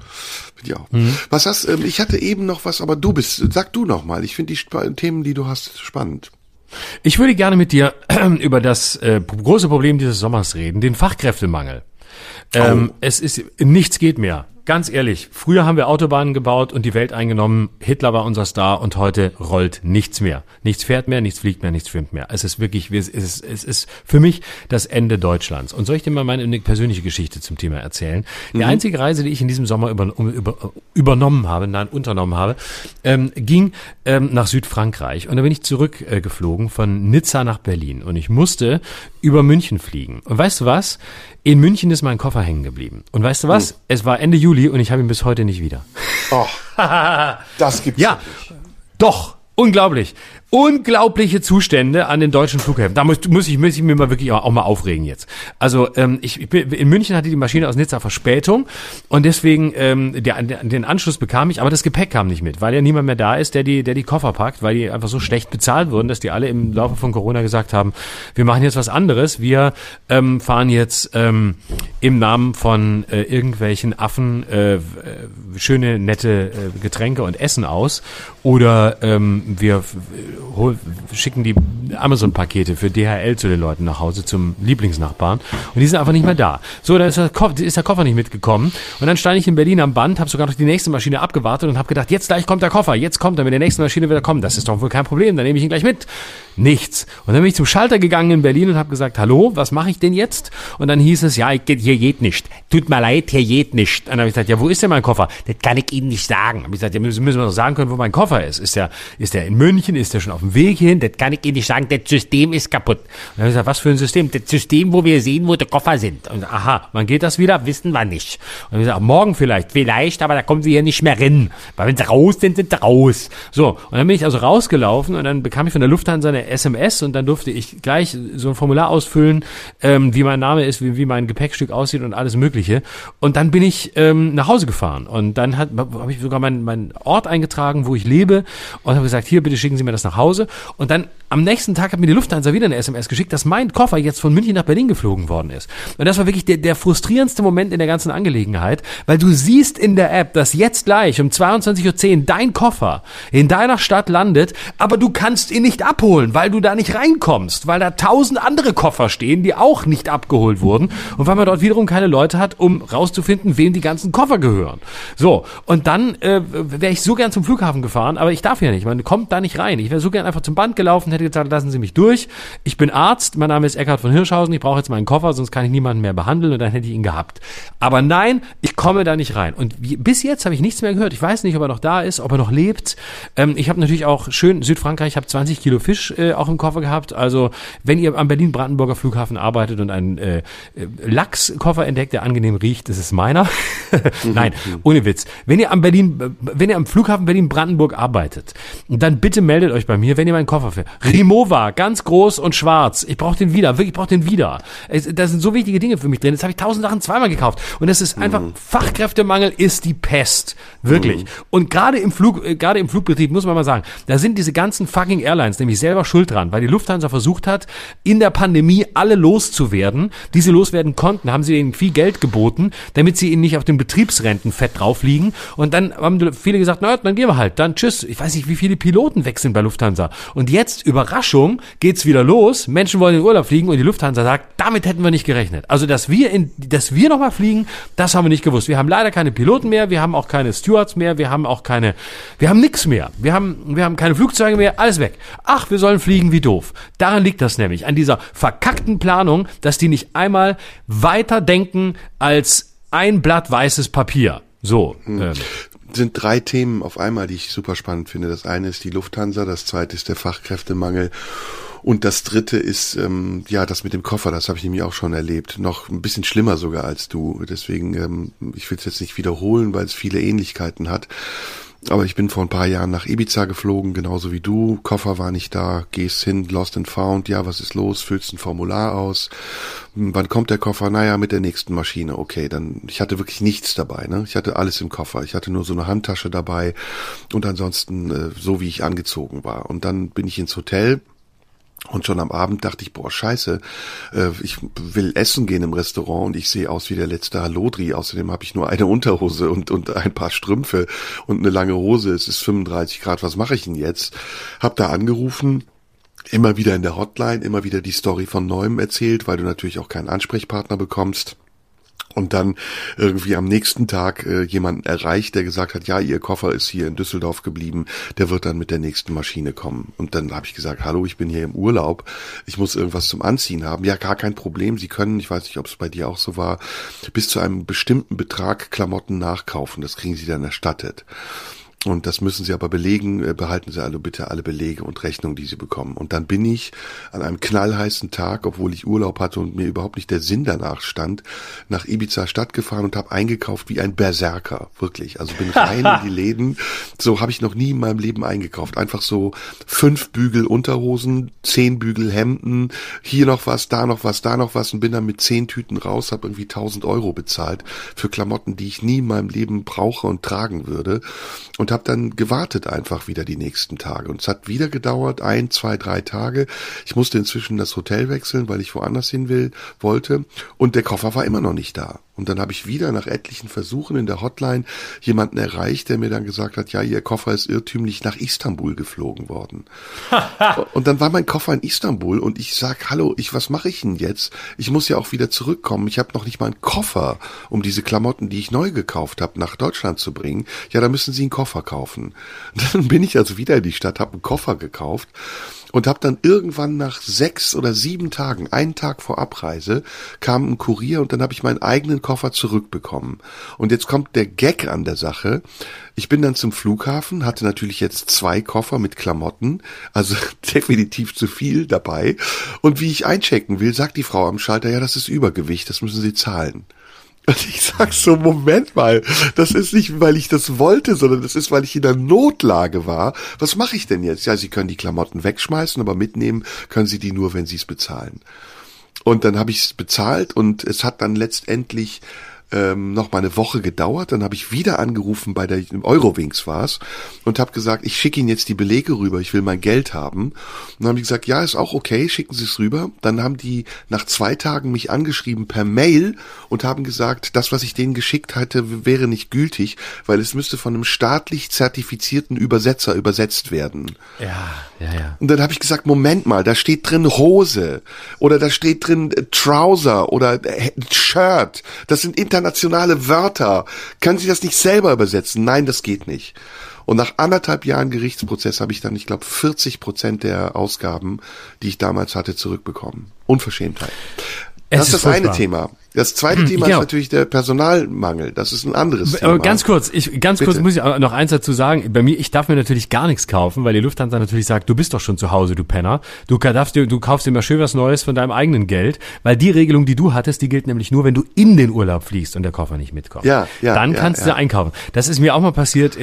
Mhm. Was hast, ich hatte eben noch was, aber sag du noch mal, ich finde die Themen, die du hast, spannend. Ich würde gerne mit dir über das große Problem dieses Sommers reden, den Fachkräftemangel. Es ist, nichts geht mehr. Ganz ehrlich, früher haben wir Autobahnen gebaut und die Welt eingenommen, Hitler war unser Star und heute rollt nichts mehr. Nichts fährt mehr, nichts fliegt mehr, nichts schwimmt mehr. Es ist wirklich, es ist für mich das Ende Deutschlands. Und soll ich dir mal meine persönliche Geschichte zum Thema erzählen? Die einzige Reise, die ich in diesem Sommer unternommen habe, ging nach Südfrankreich. Und da bin ich zurückgeflogen von Nizza nach Berlin. Und ich musste über München fliegen. Und weißt du was? In München ist mein Koffer hängen geblieben. Und weißt du was? Es war Ende Juli und ich habe ihn bis heute nicht wieder. Oh, das gibt's ja, nicht. Doch. Unglaublich. Unglaubliche Zustände an den deutschen Flughäfen. Da muss ich mir mal wirklich auch mal aufregen jetzt. Also in München hatte die Maschine aus Nizza Verspätung und deswegen den Anschluss bekam ich, aber das Gepäck kam nicht mit, weil ja niemand mehr da ist, der die Koffer packt, weil die einfach so schlecht bezahlt wurden, dass die alle im Laufe von Corona gesagt haben, wir machen jetzt was anderes. Wir fahren jetzt im Namen von irgendwelchen Affen schöne, nette Getränke und Essen aus oder wir schicken die Amazon-Pakete für DHL zu den Leuten nach Hause, zum Lieblingsnachbarn. Und die sind einfach nicht mehr da. So, dann ist der Koffer nicht mitgekommen. Und dann stand ich in Berlin am Band, habe sogar noch die nächste Maschine abgewartet und habe gedacht, jetzt gleich kommt der Koffer, jetzt kommt er mit der nächsten Maschine wieder kommen. Das ist doch wohl kein Problem, dann nehme ich ihn gleich mit. Nichts. Und dann bin ich zum Schalter gegangen in Berlin und habe gesagt, hallo, was mache ich denn jetzt? Und dann hieß es, ja, hier geht nicht. Tut mir leid, hier geht nicht. Und dann habe ich gesagt, ja, wo ist denn mein Koffer? Das kann ich Ihnen nicht sagen. Habe ich gesagt, ja, müssen wir doch sagen können, wo mein Koffer ist. Ist der in München? Ist der schon auf dem Weg hin? Das kann ich Ihnen nicht sagen, das System ist kaputt. Und dann habe ich gesagt, was für ein System? Das System, wo wir sehen, wo die Koffer sind. Und aha, wann geht das wieder? Wissen wir nicht. Und dann habe ich gesagt, morgen vielleicht, aber da kommen Sie hier nicht mehr rein. Weil wenn Sie raus sind, sind Sie raus. So, und dann bin ich also rausgelaufen und dann bekam ich von der Lufthansa eine SMS und dann durfte ich gleich so ein Formular ausfüllen, wie mein Name ist, wie mein Gepäckstück aussieht und alles Mögliche. Und dann bin ich nach Hause gefahren und dann habe ich sogar meinen Ort eingetragen, wo ich lebe und habe gesagt, hier, bitte schicken Sie mir das nach Hause. Und dann am nächsten Tag hat mir die Lufthansa wieder eine SMS geschickt, dass mein Koffer jetzt von München nach Berlin geflogen worden ist. Und das war wirklich der frustrierendste Moment in der ganzen Angelegenheit, weil du siehst in der App, dass jetzt gleich um 22:10 Uhr dein Koffer in deiner Stadt landet, aber du kannst ihn nicht abholen, weil du da nicht reinkommst, weil da 1000 andere Koffer stehen, die auch nicht abgeholt wurden und weil man dort wiederum keine Leute hat, um rauszufinden, wem die ganzen Koffer gehören. So, und dann wäre ich so gern zum Flughafen gefahren, aber ich darf ja nicht, man kommt da nicht rein. Ich wäre so gern einfach zum Band gelaufen, hätte gesagt, lassen Sie mich durch. Ich bin Arzt, mein Name ist Eckhard von Hirschhausen, ich brauche jetzt meinen Koffer, sonst kann ich niemanden mehr behandeln und dann hätte ich ihn gehabt. Aber nein, ich komme da nicht rein. Und bis jetzt habe ich nichts mehr gehört. Ich weiß nicht, ob er noch da ist, ob er noch lebt. Ich habe natürlich auch schön Südfrankreich, ich habe 20 Kilo Fisch auch im Koffer gehabt. Also wenn ihr am Berlin-Brandenburger Flughafen arbeitet und einen Lachskoffer entdeckt, der angenehm riecht, das ist meiner. Nein, ohne Witz. Wenn ihr am Flughafen Berlin-Brandenburg arbeitet, dann bitte meldet euch bei mir, wenn ihr meinen Koffer findet. Rimowa, ganz groß und schwarz. Ich brauche den wieder, wirklich, ich brauche den wieder. Da sind so wichtige Dinge für mich drin. Jetzt habe ich 1000 Sachen zweimal gekauft. Und das ist einfach, Fachkräftemangel ist die Pest. Wirklich. Und gerade im Flugbetrieb muss man mal sagen, da sind diese ganzen fucking Airlines nämlich selber schuld dran, weil die Lufthansa versucht hat, in der Pandemie alle loszuwerden. Die sie loswerden konnten, haben sie ihnen viel Geld geboten, damit sie ihnen nicht auf den Betriebsrenten fett drauf liegen. Und dann haben viele gesagt, na, dann gehen wir halt, dann tschüss. Ich weiß nicht, wie viele Piloten wechseln bei Lufthansa. Und jetzt, Überraschung, geht's wieder los. Menschen wollen in den Urlaub fliegen und die Lufthansa sagt, damit hätten wir nicht gerechnet. Also, dass wir nochmal fliegen, das haben wir nicht gewusst. Wir haben leider keine Piloten mehr, wir haben auch keine Stewards mehr, wir haben nix mehr. Wir haben keine Flugzeuge mehr, alles weg. Ach, wir sollen fliegen, wie doof. Daran liegt das nämlich, an dieser verkackten Planung, dass die nicht einmal weiter denken als ein Blatt weißes Papier. So. Sind 3 Themen auf einmal, die ich super spannend finde. Das eine ist die Lufthansa, das zweite ist der Fachkräftemangel und das dritte ist das mit dem Koffer. Das habe ich nämlich auch schon erlebt. Noch ein bisschen schlimmer sogar als du. Deswegen, ich will es jetzt nicht wiederholen, weil es viele Ähnlichkeiten hat. Aber ich bin vor ein paar Jahren nach Ibiza geflogen, genauso wie du. Koffer war nicht da, gehst hin, lost and found. Ja, was ist los? Füllst ein Formular aus. Wann kommt der Koffer? Naja, mit der nächsten Maschine. Okay, dann, ich hatte wirklich nichts dabei, ne? Ich hatte alles im Koffer. Ich hatte nur so eine Handtasche dabei und ansonsten so, wie ich angezogen war. Und dann bin ich ins Hotel. Und schon am Abend dachte ich, boah, scheiße, ich will essen gehen im Restaurant und ich sehe aus wie der letzte Hallodri. Außerdem habe ich nur eine Unterhose und ein paar Strümpfe und eine lange Hose. Es ist 35 Grad, was mache ich denn jetzt? Hab da angerufen, immer wieder in der Hotline, immer wieder die Story von Neuem erzählt, weil du natürlich auch keinen Ansprechpartner bekommst. Und dann irgendwie am nächsten Tag jemanden erreicht, der gesagt hat, ja, ihr Koffer ist hier in Düsseldorf geblieben, der wird dann mit der nächsten Maschine kommen. Und dann habe ich gesagt, hallo, ich bin hier im Urlaub, ich muss irgendwas zum Anziehen haben. Ja, gar kein Problem, Sie können, ich weiß nicht, ob es bei dir auch so war, bis zu einem bestimmten Betrag Klamotten nachkaufen, das kriegen Sie dann erstattet. Und das müssen Sie aber belegen, behalten Sie bitte alle Belege und Rechnungen, die Sie bekommen. Und dann bin ich an einem knallheißen Tag, obwohl ich Urlaub hatte und mir überhaupt nicht der Sinn danach stand, nach Ibiza Stadt gefahren und habe eingekauft wie ein Berserker, wirklich. Also bin rein in die Läden, so habe ich noch nie in meinem Leben eingekauft. Einfach so 5 Bügel Unterhosen, 10 Bügel Hemden, hier noch was, da noch was, da noch was und bin dann mit 10 Tüten raus, habe irgendwie 1.000 Euro bezahlt für Klamotten, die ich nie in meinem Leben brauche und tragen würde. Und habe dann gewartet einfach wieder die nächsten Tage. Und es hat wieder gedauert, 1, 2, 3 Tage. Ich musste inzwischen das Hotel wechseln, weil ich woanders hin wollte. Und der Koffer war immer noch nicht da. Und dann habe ich wieder nach etlichen Versuchen in der Hotline jemanden erreicht, der mir dann gesagt hat, ja, Ihr Koffer ist irrtümlich nach Istanbul geflogen worden. Und dann war mein Koffer in Istanbul und ich sag, hallo, was mache ich denn jetzt? Ich muss ja auch wieder zurückkommen. Ich habe noch nicht mal einen Koffer, um diese Klamotten, die ich neu gekauft habe, nach Deutschland zu bringen. Ja, da müssen Sie einen Koffer kaufen. Und dann bin ich also wieder in die Stadt, habe einen Koffer gekauft und habe dann irgendwann nach 6 oder 7 Tagen, einen Tag vor Abreise, kam ein Kurier und dann habe ich meinen eigenen Koffer zurückbekommen. Und jetzt kommt der Gag an der Sache. Ich bin dann zum Flughafen, hatte natürlich jetzt 2 Koffer mit Klamotten, also definitiv zu viel dabei. Und wie ich einchecken will, sagt die Frau am Schalter, ja, das ist Übergewicht, das müssen Sie zahlen. Und ich sag so, Moment mal, das ist nicht, weil ich das wollte, sondern das ist, weil ich in der Notlage war. Was mache ich denn jetzt? Ja, Sie können die Klamotten wegschmeißen, aber mitnehmen können Sie die nur, wenn Sie es bezahlen. Und dann habe ich es bezahlt und es hat dann letztendlich noch mal eine Woche gedauert. Dann habe ich wieder angerufen, bei der Eurowings war's, und habe gesagt, ich schicke Ihnen jetzt die Belege rüber, ich will mein Geld haben. Und dann haben die gesagt, ja, ist auch okay, schicken Sie es rüber. Dann haben die nach 2 Tagen mich angeschrieben per Mail und haben gesagt, das, was ich denen geschickt hatte, wäre nicht gültig, weil es müsste von einem staatlich zertifizierten Übersetzer übersetzt werden. Ja. Und dann habe ich gesagt, Moment mal, da steht drin Hose oder da steht drin Trouser oder Shirt. Das sind internationale Wörter. Können Sie das nicht selber übersetzen? Nein, das geht nicht. Und nach 1,5 Jahren Gerichtsprozess habe ich dann, ich glaube, 40% der Ausgaben, die ich damals hatte, zurückbekommen. Unverschämtheit. Das ist das eine Thema. Das zweite Thema ist natürlich der Personalmangel. Das ist ein anderes Thema. Aber ganz kurz muss ich auch noch eins dazu sagen. Bei mir, ich darf mir natürlich gar nichts kaufen, weil die Lufthansa natürlich sagt, du bist doch schon zu Hause, du Penner. Du kaufst dir mal schön was Neues von deinem eigenen Geld, weil die Regelung, die du hattest, die gilt nämlich nur, wenn du in den Urlaub fliegst und der Koffer nicht mitkommt. Dann kannst du einkaufen. Das ist mir auch mal passiert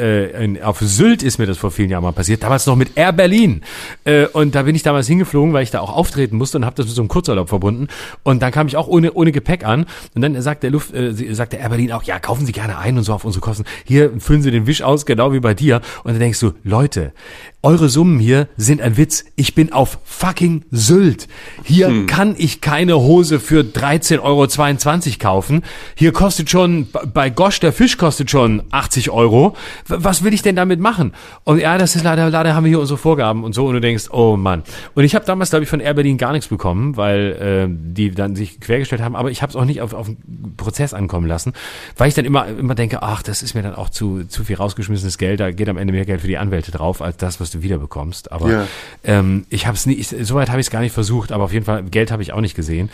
auf Sylt ist mir das vor vielen Jahren mal passiert. Damals noch mit Air Berlin. Und da bin ich damals hingeflogen, weil ich da auch auftreten musste und habe das mit so einem Kurzurlaub verbunden. Und dann kam ich auch ohne Gepäck an und dann sagt der Air Berlin auch, ja, kaufen Sie gerne ein und so auf unsere Kosten. Hier füllen Sie den Wisch aus, genau wie bei dir. Und dann denkst du, Leute, eure Summen hier sind ein Witz. Ich bin auf fucking Sylt. Hier kann ich keine Hose für 13,22 € kaufen. Hier kostet schon, bei Gosch, der Fisch kostet schon 80 €. Was will ich denn damit machen? Und ja, das ist leider haben wir hier unsere Vorgaben und so. Und du denkst, oh Mann. Und ich habe damals, glaube ich, von Air Berlin gar nichts bekommen, weil die dann sich quergestellt haben. Aber ich habe es auch nicht auf einen Prozess ankommen lassen, weil ich dann immer denke, ach, das ist mir dann auch zu viel rausgeschmissenes Geld. Da geht am Ende mehr Geld für die Anwälte drauf, als das, was du wieder bekommst. Aber ich habe es nicht, soweit habe ich es gar nicht versucht, aber auf jeden Fall Geld habe ich auch nicht gesehen.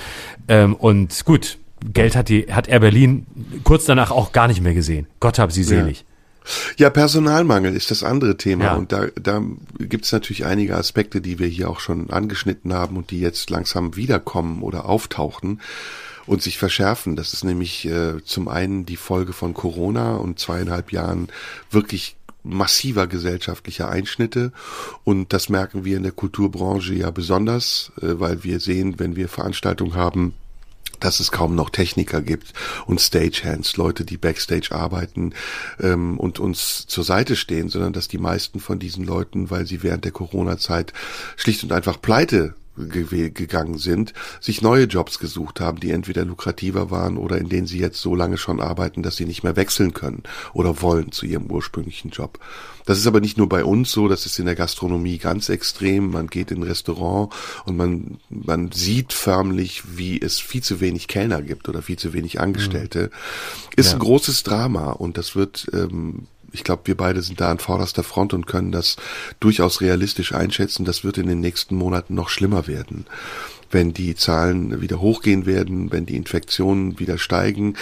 Und gut, Geld hat Air Berlin kurz danach auch gar nicht mehr gesehen. Gott hab sie selig. Ja, Personalmangel ist das andere Thema und da gibt es natürlich einige Aspekte, die wir hier auch schon angeschnitten haben und die jetzt langsam wiederkommen oder auftauchen und sich verschärfen. Das ist nämlich zum einen die Folge von Corona und 2,5 Jahren wirklich massiver gesellschaftlicher Einschnitte, und das merken wir in der Kulturbranche ja besonders, weil wir sehen, wenn wir Veranstaltungen haben, dass es kaum noch Techniker gibt und Stagehands, Leute, die Backstage arbeiten und uns zur Seite stehen, sondern dass die meisten von diesen Leuten, weil sie während der Corona-Zeit schlicht und einfach pleite gegangen sind, sich neue Jobs gesucht haben, die entweder lukrativer waren oder in denen sie jetzt so lange schon arbeiten, dass sie nicht mehr wechseln können oder wollen zu ihrem ursprünglichen Job. Das ist aber nicht nur bei uns so, das ist in der Gastronomie ganz extrem. Man geht in ein Restaurant und man sieht förmlich, wie es viel zu wenig Kellner gibt oder viel zu wenig Angestellte. Ist ein großes Drama, und das wird ich glaube, wir beide sind da an vorderster Front und können das durchaus realistisch einschätzen. Das wird in den nächsten Monaten noch schlimmer werden, wenn die Zahlen wieder hochgehen werden, wenn die Infektionen wieder steigen.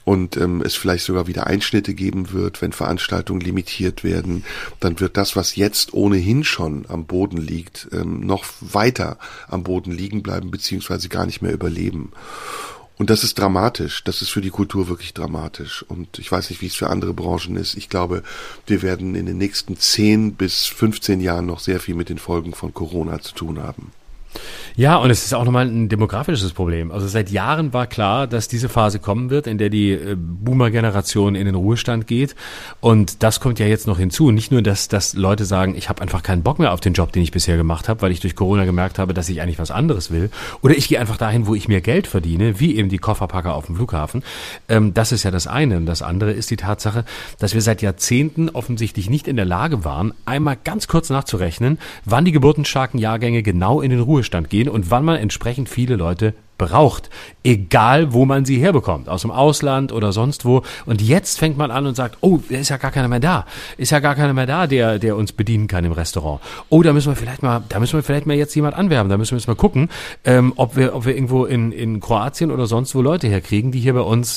und es vielleicht sogar wieder Einschnitte geben wird, wenn Veranstaltungen limitiert werden, dann wird das, was jetzt ohnehin schon am Boden liegt, noch weiter am Boden liegen bleiben, beziehungsweise gar nicht mehr überleben. Und das ist dramatisch. Das ist für die Kultur wirklich dramatisch. Und ich weiß nicht, wie es für andere Branchen ist. Ich glaube, wir werden in den nächsten 10 bis 15 Jahren noch sehr viel mit den Folgen von Corona zu tun haben. Ja, und es ist auch nochmal ein demografisches Problem. Also seit Jahren war klar, dass diese Phase kommen wird, in der die Boomer-Generation in den Ruhestand geht. Und das kommt ja jetzt noch hinzu. Nicht nur, dass Leute sagen, ich habe einfach keinen Bock mehr auf den Job, den ich bisher gemacht habe, weil ich durch Corona gemerkt habe, dass ich eigentlich was anderes will. Oder ich gehe einfach dahin, wo ich mehr Geld verdiene, wie eben die Kofferpacker auf dem Flughafen. Das ist ja das eine. Und das andere ist die Tatsache, dass wir seit Jahrzehnten offensichtlich nicht in der Lage waren, einmal ganz kurz nachzurechnen, wann die geburtenstarken Jahrgänge genau in den Ruhestand gehen und wann man entsprechend viele Leute braucht, egal wo man sie herbekommt, aus dem Ausland oder sonst wo. Und jetzt fängt man an und sagt, oh, da ist ja gar keiner mehr da. Ist ja gar keiner mehr da, der uns bedienen kann im Restaurant. Oh, da müssen wir vielleicht mal jetzt jemand anwerben. Da müssen wir jetzt mal gucken, ob wir irgendwo in Kroatien oder sonst wo Leute herkriegen, die hier bei uns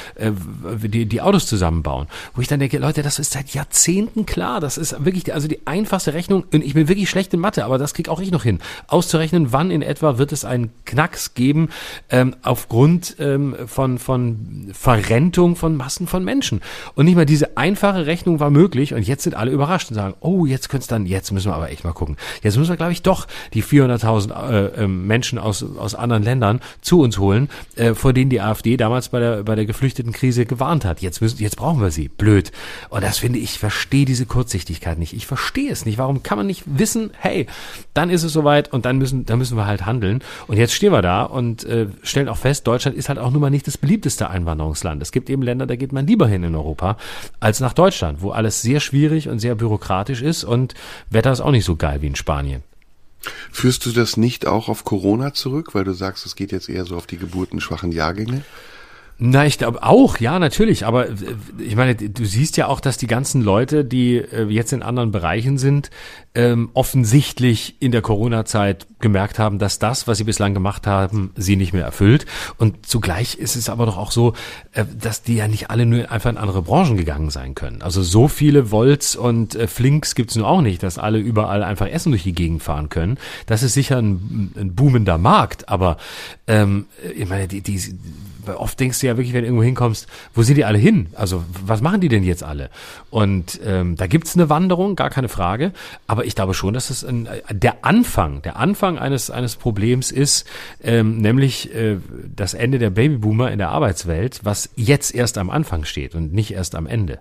die Autos zusammenbauen. Wo ich dann denke, Leute, das ist seit Jahrzehnten klar. Das ist wirklich also die einfachste Rechnung. Und ich bin wirklich schlecht in Mathe, aber das krieg auch ich noch hin. Auszurechnen, wann in etwa wird es einen Knacks geben, aufgrund von Verrentung von Massen von Menschen. Und nicht mal diese einfache Rechnung war möglich und jetzt sind alle überrascht und sagen, oh, jetzt müssen wir aber echt mal gucken. Jetzt müssen wir, glaube ich, doch die 400.000 Menschen aus anderen Ländern zu uns holen, vor denen die AfD damals bei der Geflüchtetenkrise gewarnt hat. Jetzt brauchen wir sie. Blöd. Und das finde ich, verstehe diese Kurzsichtigkeit nicht. Ich verstehe es nicht. Warum kann man nicht wissen, hey, dann ist es soweit und dann müssen wir halt handeln. Und jetzt stehen wir da und stellen auch fest, Deutschland ist halt auch nun mal nicht das beliebteste Einwanderungsland. Es gibt eben Länder, da geht man lieber hin in Europa als nach Deutschland, wo alles sehr schwierig und sehr bürokratisch ist und Wetter ist auch nicht so geil wie in Spanien. Führst du das nicht auch auf Corona zurück, weil du sagst, es geht jetzt eher so auf die geburtenschwachen Jahrgänge? Na, ich glaube auch, ja, natürlich. Aber ich meine, du siehst ja auch, dass die ganzen Leute, die jetzt in anderen Bereichen sind, offensichtlich in der Corona-Zeit gemerkt haben, dass das, was sie bislang gemacht haben, sie nicht mehr erfüllt. Und zugleich ist es aber doch auch so, dass die ja nicht alle nur einfach in andere Branchen gegangen sein können. Also so viele Volts und Flinks gibt's nun auch nicht, dass alle überall einfach Essen durch die Gegend fahren können. Das ist sicher ein boomender Markt, aber ich meine, oft denkst du ja wirklich, wenn du irgendwo hinkommst, wo sind die alle hin? Also was machen die denn jetzt alle? Und da gibt's eine Wanderung, gar keine Frage. Aber ich glaube schon, dass es der Anfang eines Problems ist, nämlich das Ende der Babyboomer in der Arbeitswelt, was jetzt erst am Anfang steht und nicht erst am Ende.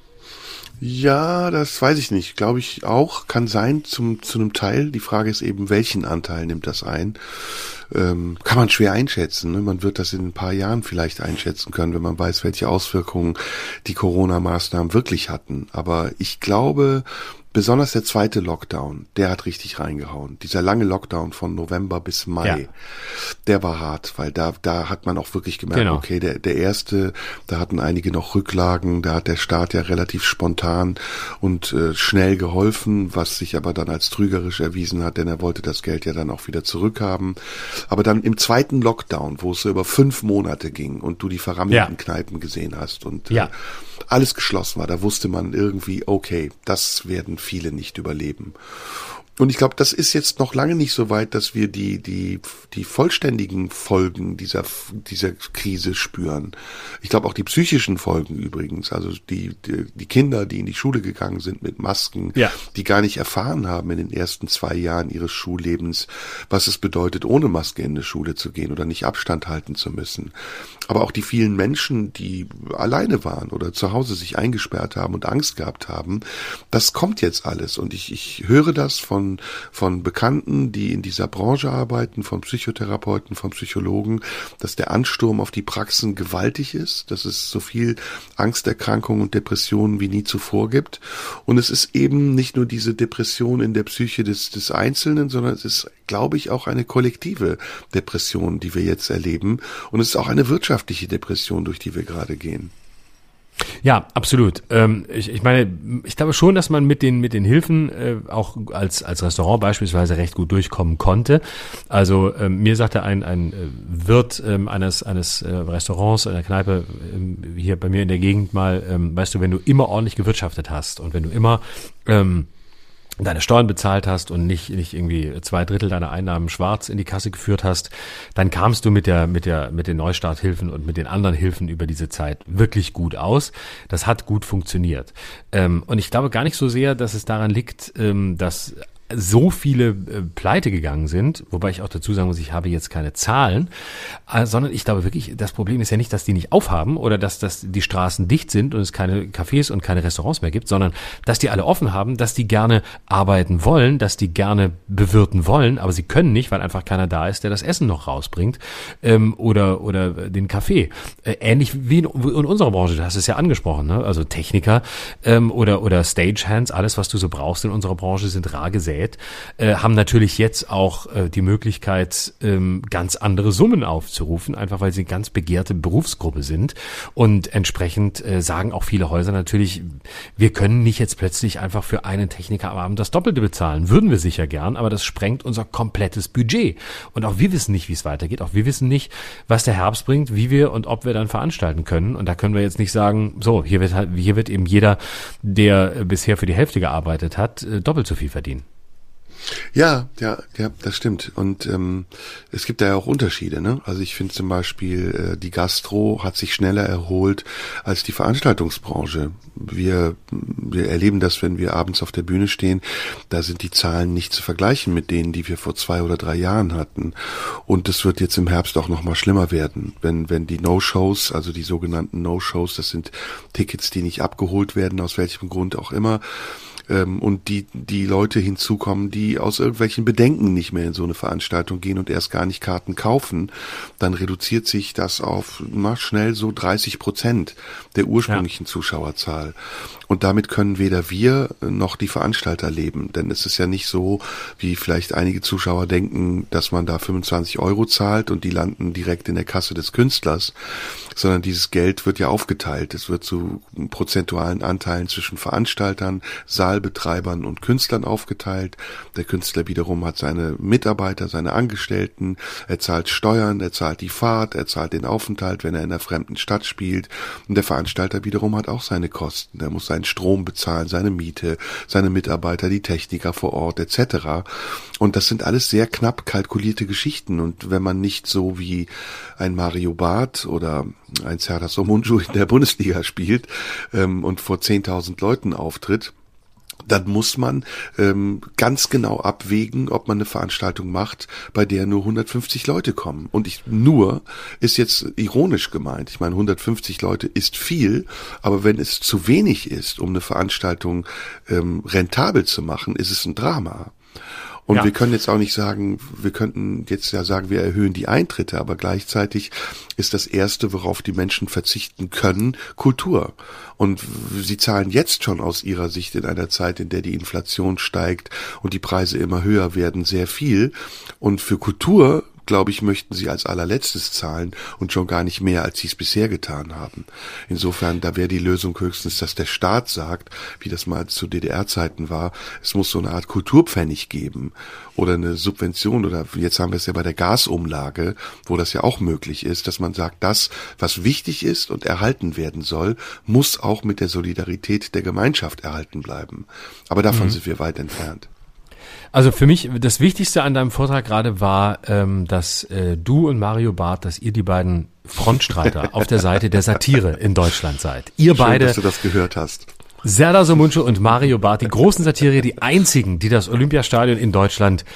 Ja, das weiß ich nicht. Glaube ich auch. Kann sein zu einem Teil. Die Frage ist eben, welchen Anteil nimmt das ein? Kann man schwer einschätzen. Ne? Man wird das in ein paar Jahren vielleicht einschätzen können, wenn man weiß, welche Auswirkungen die Corona-Maßnahmen wirklich hatten. Aber ich glaube, besonders der zweite Lockdown, der hat richtig reingehauen. Dieser lange Lockdown von November bis Mai, der war hart, weil da hat man auch wirklich gemerkt, okay, der erste, da hatten einige noch Rücklagen, da hat der Staat ja relativ spontan und schnell geholfen, was sich aber dann als trügerisch erwiesen hat, denn er wollte das Geld ja dann auch wieder zurückhaben. Aber dann im zweiten Lockdown, wo es so über 5 Monate ging und du die verrammelten Kneipen gesehen hast und alles geschlossen war, da wusste man irgendwie, okay, das werden viele nicht überleben. Und ich glaube, das ist jetzt noch lange nicht so weit, dass wir die vollständigen Folgen dieser Krise spüren. Ich glaube auch die psychischen Folgen übrigens, also die Kinder, die in die Schule gegangen sind mit Masken, die gar nicht erfahren haben in den ersten 2 Jahren ihres Schullebens, was es bedeutet, ohne Maske in die Schule zu gehen oder nicht Abstand halten zu müssen. Aber auch die vielen Menschen, die alleine waren oder zu Hause sich eingesperrt haben und Angst gehabt haben, das kommt jetzt alles. Und ich höre das von Bekannten, die in dieser Branche arbeiten, von Psychotherapeuten, von Psychologen, dass der Ansturm auf die Praxen gewaltig ist, dass es so viel Angsterkrankungen und Depressionen wie nie zuvor gibt. Und es ist eben nicht nur diese Depression in der Psyche des Einzelnen, sondern es ist, glaube ich, auch eine kollektive Depression, die wir jetzt erleben. Und es ist auch eine wirtschaftliche Depression, durch die wir gerade gehen. Ja, absolut. Ich meine, ich glaube schon, dass man mit den Hilfen auch als Restaurant beispielsweise recht gut durchkommen konnte. Also mir sagte ein Wirt eines Restaurants, einer Kneipe hier bei mir in der Gegend mal, weißt du, wenn du immer ordentlich gewirtschaftet hast und wenn du immer deine Steuern bezahlt hast und nicht irgendwie 2/3 deiner Einnahmen schwarz in die Kasse geführt hast, dann kamst du mit den Neustarthilfen und mit den anderen Hilfen über diese Zeit wirklich gut aus. Das hat gut funktioniert. Und ich glaube gar nicht so sehr, dass es daran liegt, dass so viele pleite gegangen sind, wobei ich auch dazu sagen muss, ich habe jetzt keine Zahlen, sondern ich glaube wirklich, das Problem ist ja nicht, dass die nicht aufhaben oder dass die Straßen dicht sind und es keine Cafés und keine Restaurants mehr gibt, sondern dass die alle offen haben, dass die gerne arbeiten wollen, dass die gerne bewirten wollen, aber sie können nicht, weil einfach keiner da ist, der das Essen noch rausbringt oder den Kaffee. Ähnlich wie in unserer Branche, du hast es ja angesprochen, ne? Also Techniker oder Stagehands, alles, was du so brauchst in unserer Branche, sind rar gesät. Haben natürlich jetzt auch die Möglichkeit, ganz andere Summen aufzurufen, einfach weil sie eine ganz begehrte Berufsgruppe sind. Und entsprechend sagen auch viele Häuser natürlich, wir können nicht jetzt plötzlich einfach für einen Techniker am Abend das Doppelte bezahlen. Würden wir sicher gern, aber das sprengt unser komplettes Budget. Und auch wir wissen nicht, wie es weitergeht. Auch wir wissen nicht, was der Herbst bringt, wie wir und ob wir dann veranstalten können. Und da können wir jetzt nicht sagen, so, hier wird eben jeder, der bisher für die Hälfte gearbeitet hat, doppelt so viel verdienen. Ja, das stimmt. Und es gibt da ja auch Unterschiede, ne? Also ich finde zum Beispiel, die Gastro hat sich schneller erholt als die Veranstaltungsbranche. Wir erleben das, wenn wir abends auf der Bühne stehen, da sind die Zahlen nicht zu vergleichen mit denen, die wir vor 2 oder 3 Jahren hatten. Und es wird jetzt im Herbst auch noch mal schlimmer werden, wenn die No-Shows, also die sogenannten No-Shows, das sind Tickets, die nicht abgeholt werden, aus welchem Grund auch immer, und die Leute hinzukommen, die aus irgendwelchen Bedenken nicht mehr in so eine Veranstaltung gehen und erst gar nicht Karten kaufen, dann reduziert sich das auf schnell so 30% der ursprünglichen Zuschauerzahl. Und damit können weder wir noch die Veranstalter leben, denn es ist ja nicht so, wie vielleicht einige Zuschauer denken, dass man da 25 € zahlt und die landen direkt in der Kasse des Künstlers, sondern dieses Geld wird ja aufgeteilt. Es wird zu prozentualen Anteilen zwischen Veranstaltern, Saalbetreibern und Künstlern aufgeteilt. Der Künstler wiederum hat seine Mitarbeiter, seine Angestellten, er zahlt Steuern, er zahlt die Fahrt, er zahlt den Aufenthalt, wenn er in einer fremden Stadt spielt. Und der Veranstalter wiederum hat auch seine Kosten. Er muss seinen Strom bezahlen, seine Miete, seine Mitarbeiter, die Techniker vor Ort etc. Und das sind alles sehr knapp kalkulierte Geschichten. Und wenn man nicht so wie ein Mario Barth oder ein Serdar Somuncu in der Bundesliga spielt und vor 10.000 Leuten auftritt, dann muss man ganz genau abwägen, ob man eine Veranstaltung macht, bei der nur 150 Leute kommen. Und nur ist jetzt ironisch gemeint. Ich meine, 150 Leute ist viel, aber wenn es zu wenig ist, um eine Veranstaltung rentabel zu machen, ist es ein Drama. Und wir können jetzt auch nicht sagen, wir könnten jetzt ja sagen, wir erhöhen die Eintritte, aber gleichzeitig ist das Erste, worauf die Menschen verzichten können, Kultur. Und sie zahlen jetzt schon aus ihrer Sicht in einer Zeit, in der die Inflation steigt und die Preise immer höher werden, sehr viel. Und für Kultur, glaube ich, möchten sie als allerletztes zahlen und schon gar nicht mehr, als sie es bisher getan haben. Insofern, da wäre die Lösung höchstens, dass der Staat sagt, wie das mal zu DDR-Zeiten war, es muss so eine Art Kulturpfennig geben oder eine Subvention oder jetzt haben wir es ja bei der Gasumlage, wo das ja auch möglich ist, dass man sagt, das, was wichtig ist und erhalten werden soll, muss auch mit der Solidarität der Gemeinschaft erhalten bleiben. Aber davon sind wir weit entfernt. Also für mich, das Wichtigste an deinem Vortrag gerade war, dass du und Mario Barth, dass ihr die beiden Frontstreiter auf der Seite der Satire in Deutschland seid. Ihr Schön, beide, dass du das gehört hast. Serdar Somuncu und Mario Barth, die großen Satiriker, die einzigen, die das Olympiastadion in Deutschland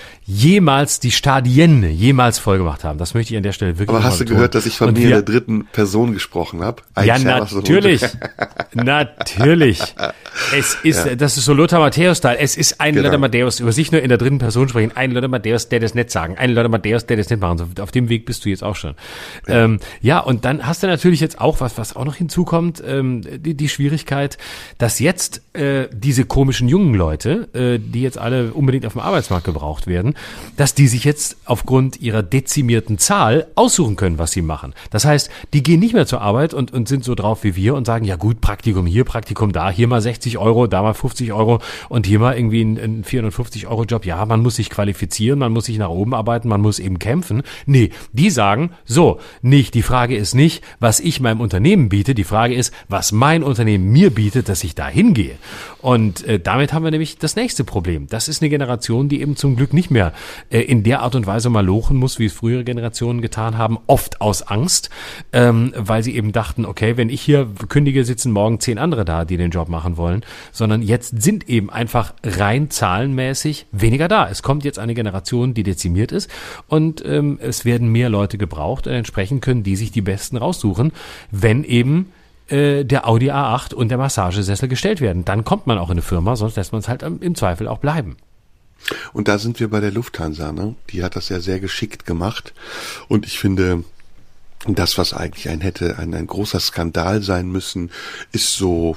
die Stadien jemals vollgemacht haben. Das möchte ich an der Stelle wirklich Aber hast du gehört, dass ich von mir in der dritten Person gesprochen habe? Ja, natürlich. Natürlich. Es ist, das ist so Lothar Matthäus-Style. Es ist ein Lothar Matthäus, über sich nur in der dritten Person sprechen. Ein Lothar Matthäus, der das nicht sagen. Ein Lothar Matthäus, der das nicht machen. So, auf dem Weg bist du jetzt auch schon. Ja, und dann hast du natürlich jetzt auch was auch noch hinzukommt, die Schwierigkeit, dass jetzt diese komischen jungen Leute, die jetzt alle unbedingt auf dem Arbeitsmarkt gebraucht werden, dass die sich jetzt aufgrund ihrer dezimierten Zahl aussuchen können, was sie machen. Das heißt, die gehen nicht mehr zur Arbeit und sind so drauf wie wir und sagen, ja gut, Praktikum hier, Praktikum da, hier mal 60 Euro, da mal 50 Euro und hier mal irgendwie ein 450-Euro-Job. Ja, man muss sich qualifizieren, man muss sich nach oben arbeiten, man muss eben kämpfen. Nee, die sagen, so, nicht, die Frage ist nicht, was ich meinem Unternehmen biete, die Frage ist, was mein Unternehmen mir bietet, dass ich da hingehe. Und damit haben wir nämlich das nächste Problem. Das ist eine Generation, die eben zum Glück nicht mehr in der Art und Weise mal lochen muss, wie es frühere Generationen getan haben, oft aus Angst, weil sie eben dachten, okay, wenn ich hier kündige, sitzen morgen 10 andere da, die den Job machen wollen, sondern jetzt sind eben einfach rein zahlenmäßig weniger da. Es kommt jetzt eine Generation, die dezimiert ist und es werden mehr Leute gebraucht und entsprechend können die sich die Besten raussuchen, wenn eben der Audi A8 und der Massagesessel gestellt werden. Dann kommt man auch in eine Firma, sonst lässt man es halt im Zweifel auch bleiben. Und da sind wir bei der Lufthansa, ne? Die hat das ja sehr geschickt gemacht. Und ich finde, das, was eigentlich ein großer Skandal sein müssen, ist so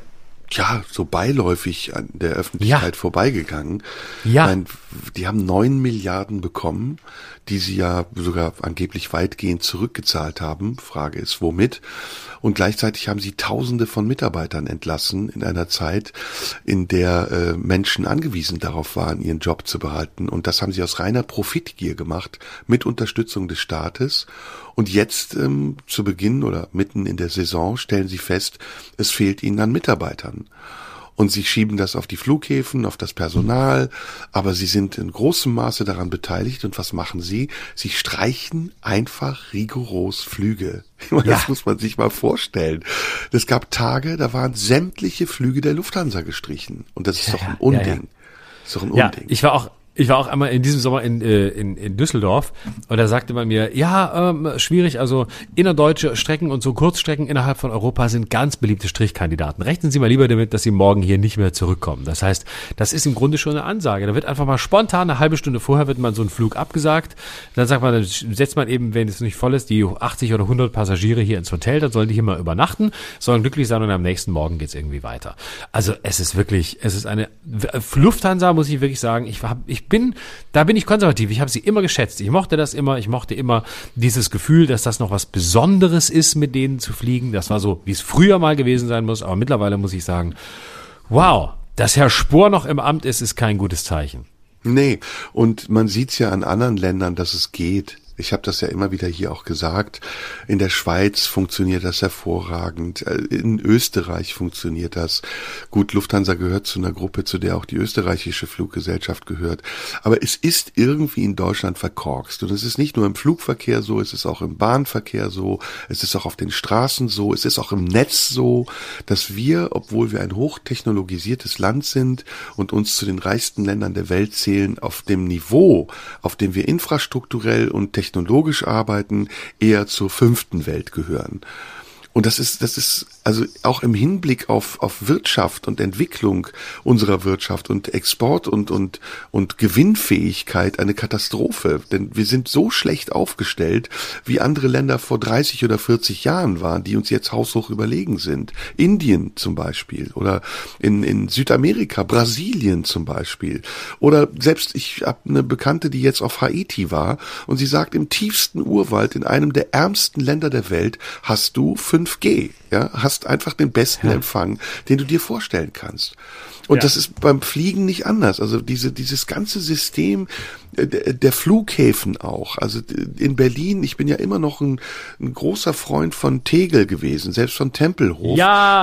beiläufig an der Öffentlichkeit vorbeigegangen. Ja. Ich meine, die haben 9 Milliarden bekommen, die sie ja sogar angeblich weitgehend zurückgezahlt haben. Frage ist, womit? Und gleichzeitig haben sie Tausende von Mitarbeitern entlassen in einer Zeit, in der Menschen angewiesen darauf waren, ihren Job zu behalten. Und das haben sie aus reiner Profitgier gemacht, mit Unterstützung des Staates. Und jetzt zu Beginn oder mitten in der Saison stellen sie fest, es fehlt ihnen an Mitarbeitern. Und sie schieben das auf die Flughäfen, auf das Personal, aber sie sind in großem Maße daran beteiligt. Und was machen sie? Sie streichen einfach rigoros Flüge. Das muss man sich mal vorstellen. Es gab Tage, da waren sämtliche Flüge der Lufthansa gestrichen. Und das ist doch ein Unding. Ja. Das ist doch ein Unding. Ich war auch einmal in diesem Sommer in Düsseldorf und da sagte man mir, schwierig, also innerdeutsche Strecken und so Kurzstrecken innerhalb von Europa sind ganz beliebte Strichkandidaten. Rechnen Sie mal lieber damit, dass Sie morgen hier nicht mehr zurückkommen. Das heißt, das ist im Grunde schon eine Ansage. Da wird einfach mal spontan eine halbe Stunde vorher wird man so einen Flug abgesagt. Dann sagt man, dann setzt man eben, wenn es nicht voll ist, die 80 oder 100 Passagiere hier ins Hotel, dann sollen die hier mal übernachten, sollen glücklich sein und am nächsten Morgen geht's irgendwie weiter. Also es ist eine Lufthansa, muss ich wirklich sagen, da bin ich konservativ. Ich habe sie immer geschätzt. Ich mochte immer dieses Gefühl, dass das noch was Besonderes ist, mit denen zu fliegen. Das war so, wie es früher mal gewesen sein muss. Aber mittlerweile muss ich sagen, wow, dass Herr Spohr noch im Amt ist kein gutes Zeichen. Nee, und man sieht's ja an anderen Ländern, dass es geht. Ich habe das ja immer wieder hier auch gesagt. In der Schweiz funktioniert das hervorragend. In Österreich funktioniert das. Gut, Lufthansa gehört zu einer Gruppe, zu der auch die österreichische Fluggesellschaft gehört. Aber es ist irgendwie in Deutschland verkorkst. Und es ist nicht nur im Flugverkehr so, es ist auch im Bahnverkehr so, es ist auch auf den Straßen so, es ist auch im Netz so, dass wir, obwohl wir ein hochtechnologisiertes Land sind und uns zu den reichsten Ländern der Welt zählen, auf dem Niveau, auf dem wir infrastrukturell und technologisch arbeiten, eher zur 5. Welt gehören. Und das ist also auch im Hinblick auf Wirtschaft und Entwicklung unserer Wirtschaft und Export und Gewinnfähigkeit eine Katastrophe. Denn wir sind so schlecht aufgestellt, wie andere Länder vor 30 oder 40 Jahren waren, die uns jetzt haushoch überlegen sind. Indien zum Beispiel oder in Südamerika, Brasilien zum Beispiel. Oder selbst, ich habe eine Bekannte, die jetzt auf Haiti war und sie sagt, im tiefsten Urwald, in einem der ärmsten Länder der Welt, hast du 5G, hast einfach den besten Empfang, den du dir vorstellen kannst. Und das ist beim Fliegen nicht anders. Also dieses ganze System der Flughäfen auch. Also in Berlin, ich bin ja immer noch ein großer Freund von Tegel gewesen, selbst von Tempelhof.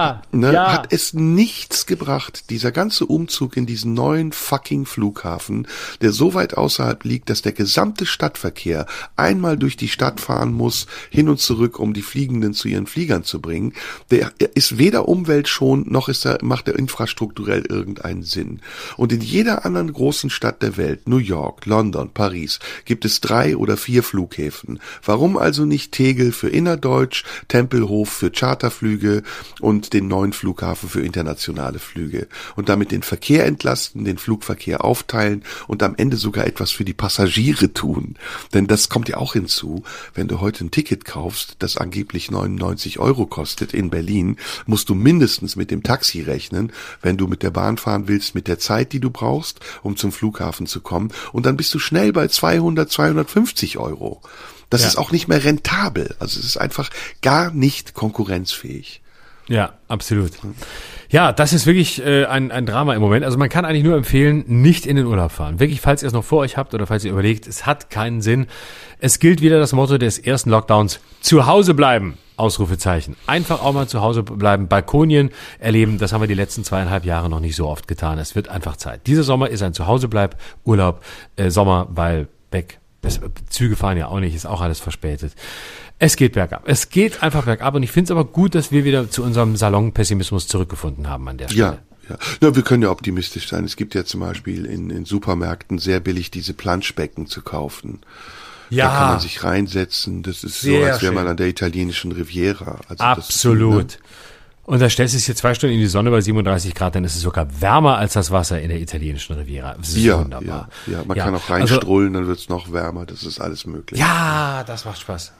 Hat es nichts gebracht, dieser ganze Umzug in diesen neuen fucking Flughafen, der so weit außerhalb liegt, dass der gesamte Stadtverkehr einmal durch die Stadt fahren muss, hin und zurück, um die Fliegenden zu ihren Fliegern zu bringen. Der ist weder umweltschonend, noch macht er infrastrukturell irgendeinen Sinn. Und in jeder anderen großen Stadt der Welt, New York, London, Paris gibt es 3 oder 4 Flughäfen. Warum also nicht Tegel für innerdeutsch, Tempelhof für Charterflüge und den neuen Flughafen für internationale Flüge? Und damit den Verkehr entlasten, den Flugverkehr aufteilen und am Ende sogar etwas für die Passagiere tun. Denn das kommt ja auch hinzu, wenn du heute ein Ticket kaufst, das angeblich 99 € kostet in Berlin, musst du mindestens mit dem Taxi rechnen, wenn du mit der Bahn fahren willst, mit der Zeit, die du brauchst, um zum Flughafen zu kommen. Und dann bist du schnell bei 200, 250 €. Das ist auch nicht mehr rentabel. Also es ist einfach gar nicht konkurrenzfähig. Ja, absolut. Ja, das ist wirklich ein Drama im Moment. Also man kann eigentlich nur empfehlen, nicht in den Urlaub fahren. Wirklich, falls ihr es noch vor euch habt oder falls ihr überlegt, es hat keinen Sinn. Es gilt wieder das Motto des ersten Lockdowns: zu Hause bleiben. Ausrufezeichen. Einfach auch mal zu Hause bleiben, Balkonien erleben. Das haben wir die letzten 2,5 Jahre noch nicht so oft getan. Es wird einfach Zeit. Dieser Sommer ist ein Zuhausebleib, Urlaub, Sommer, weil weg. Züge fahren ja auch nicht, ist auch alles verspätet. Es geht bergab. Es geht einfach bergab und ich finde es aber gut, dass wir wieder zu unserem Salonpessimismus zurückgefunden haben an der Stelle. Ja, wir können ja optimistisch sein. Es gibt ja zum Beispiel in Supermärkten sehr billig diese Planschbecken zu kaufen. Ja. Da kann man sich reinsetzen. Das ist so, als wäre man an der italienischen Riviera. Also absolut. Das ist, und da stellst du dich hier 2 Stunden in die Sonne bei 37 Grad, dann ist es sogar wärmer als das Wasser in der italienischen Riviera. Das ist wunderbar. Ja, man kann auch reinstrullen, dann wird's noch wärmer. Das ist alles möglich. Ja, das macht Spaß.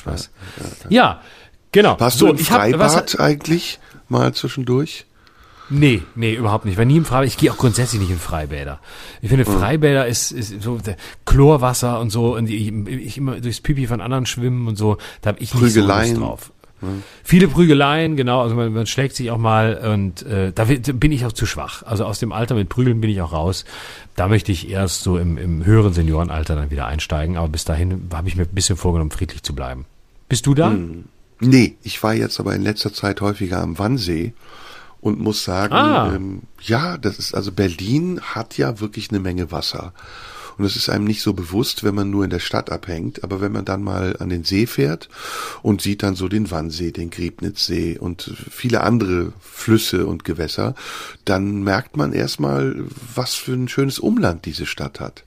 Ja, genau. Warst du im Freibad eigentlich mal zwischendurch? Nee, überhaupt nicht. Ich war nie im Freibad. Ich gehe auch grundsätzlich nicht in Freibäder. Ich finde, Freibäder ist so Chlorwasser und so. Und ich immer durchs Pipi von anderen schwimmen und so. Da habe ich nicht so Lust drauf. Viele Prügeleien, genau. Also man schlägt sich auch mal und da bin ich auch zu schwach. Also aus dem Alter mit Prügeln bin ich auch raus. Da möchte ich erst so im höheren Seniorenalter dann wieder einsteigen. Aber bis dahin habe ich mir ein bisschen vorgenommen, friedlich zu bleiben. Bist du da? Nee, ich war jetzt aber in letzter Zeit häufiger am Wannsee. Und muss sagen, das ist, also Berlin hat ja wirklich eine Menge Wasser. Und es ist einem nicht so bewusst, wenn man nur in der Stadt abhängt. Aber wenn man dann mal an den See fährt und sieht dann so den Wannsee, den Griebnitzsee und viele andere Flüsse und Gewässer, dann merkt man erstmal, was für ein schönes Umland diese Stadt hat.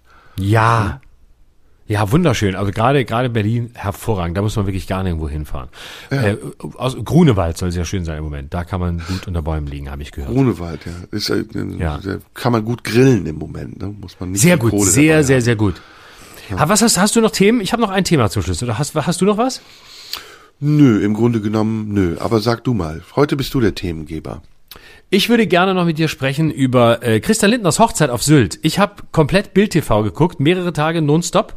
Ja, wunderschön. Also gerade Berlin hervorragend. Da muss man wirklich gar nirgendwo hinfahren. Ja. Aus Grunewald soll sehr schön sein im Moment. Da kann man gut unter Bäumen liegen, habe ich gehört. Grunewald, da kann man gut grillen im Moment. Ne? Muss man nicht sehr gut, sehr gut. Ja. Hast du noch Themen? Ich habe noch ein Thema zum Schluss. Oder hast du noch was? Nö, im Grunde genommen nö. Aber sag du mal. Heute bist du der Themengeber. Ich würde gerne noch mit dir sprechen über Christian Lindners Hochzeit auf Sylt. Ich habe komplett Bild TV geguckt, mehrere Tage nonstop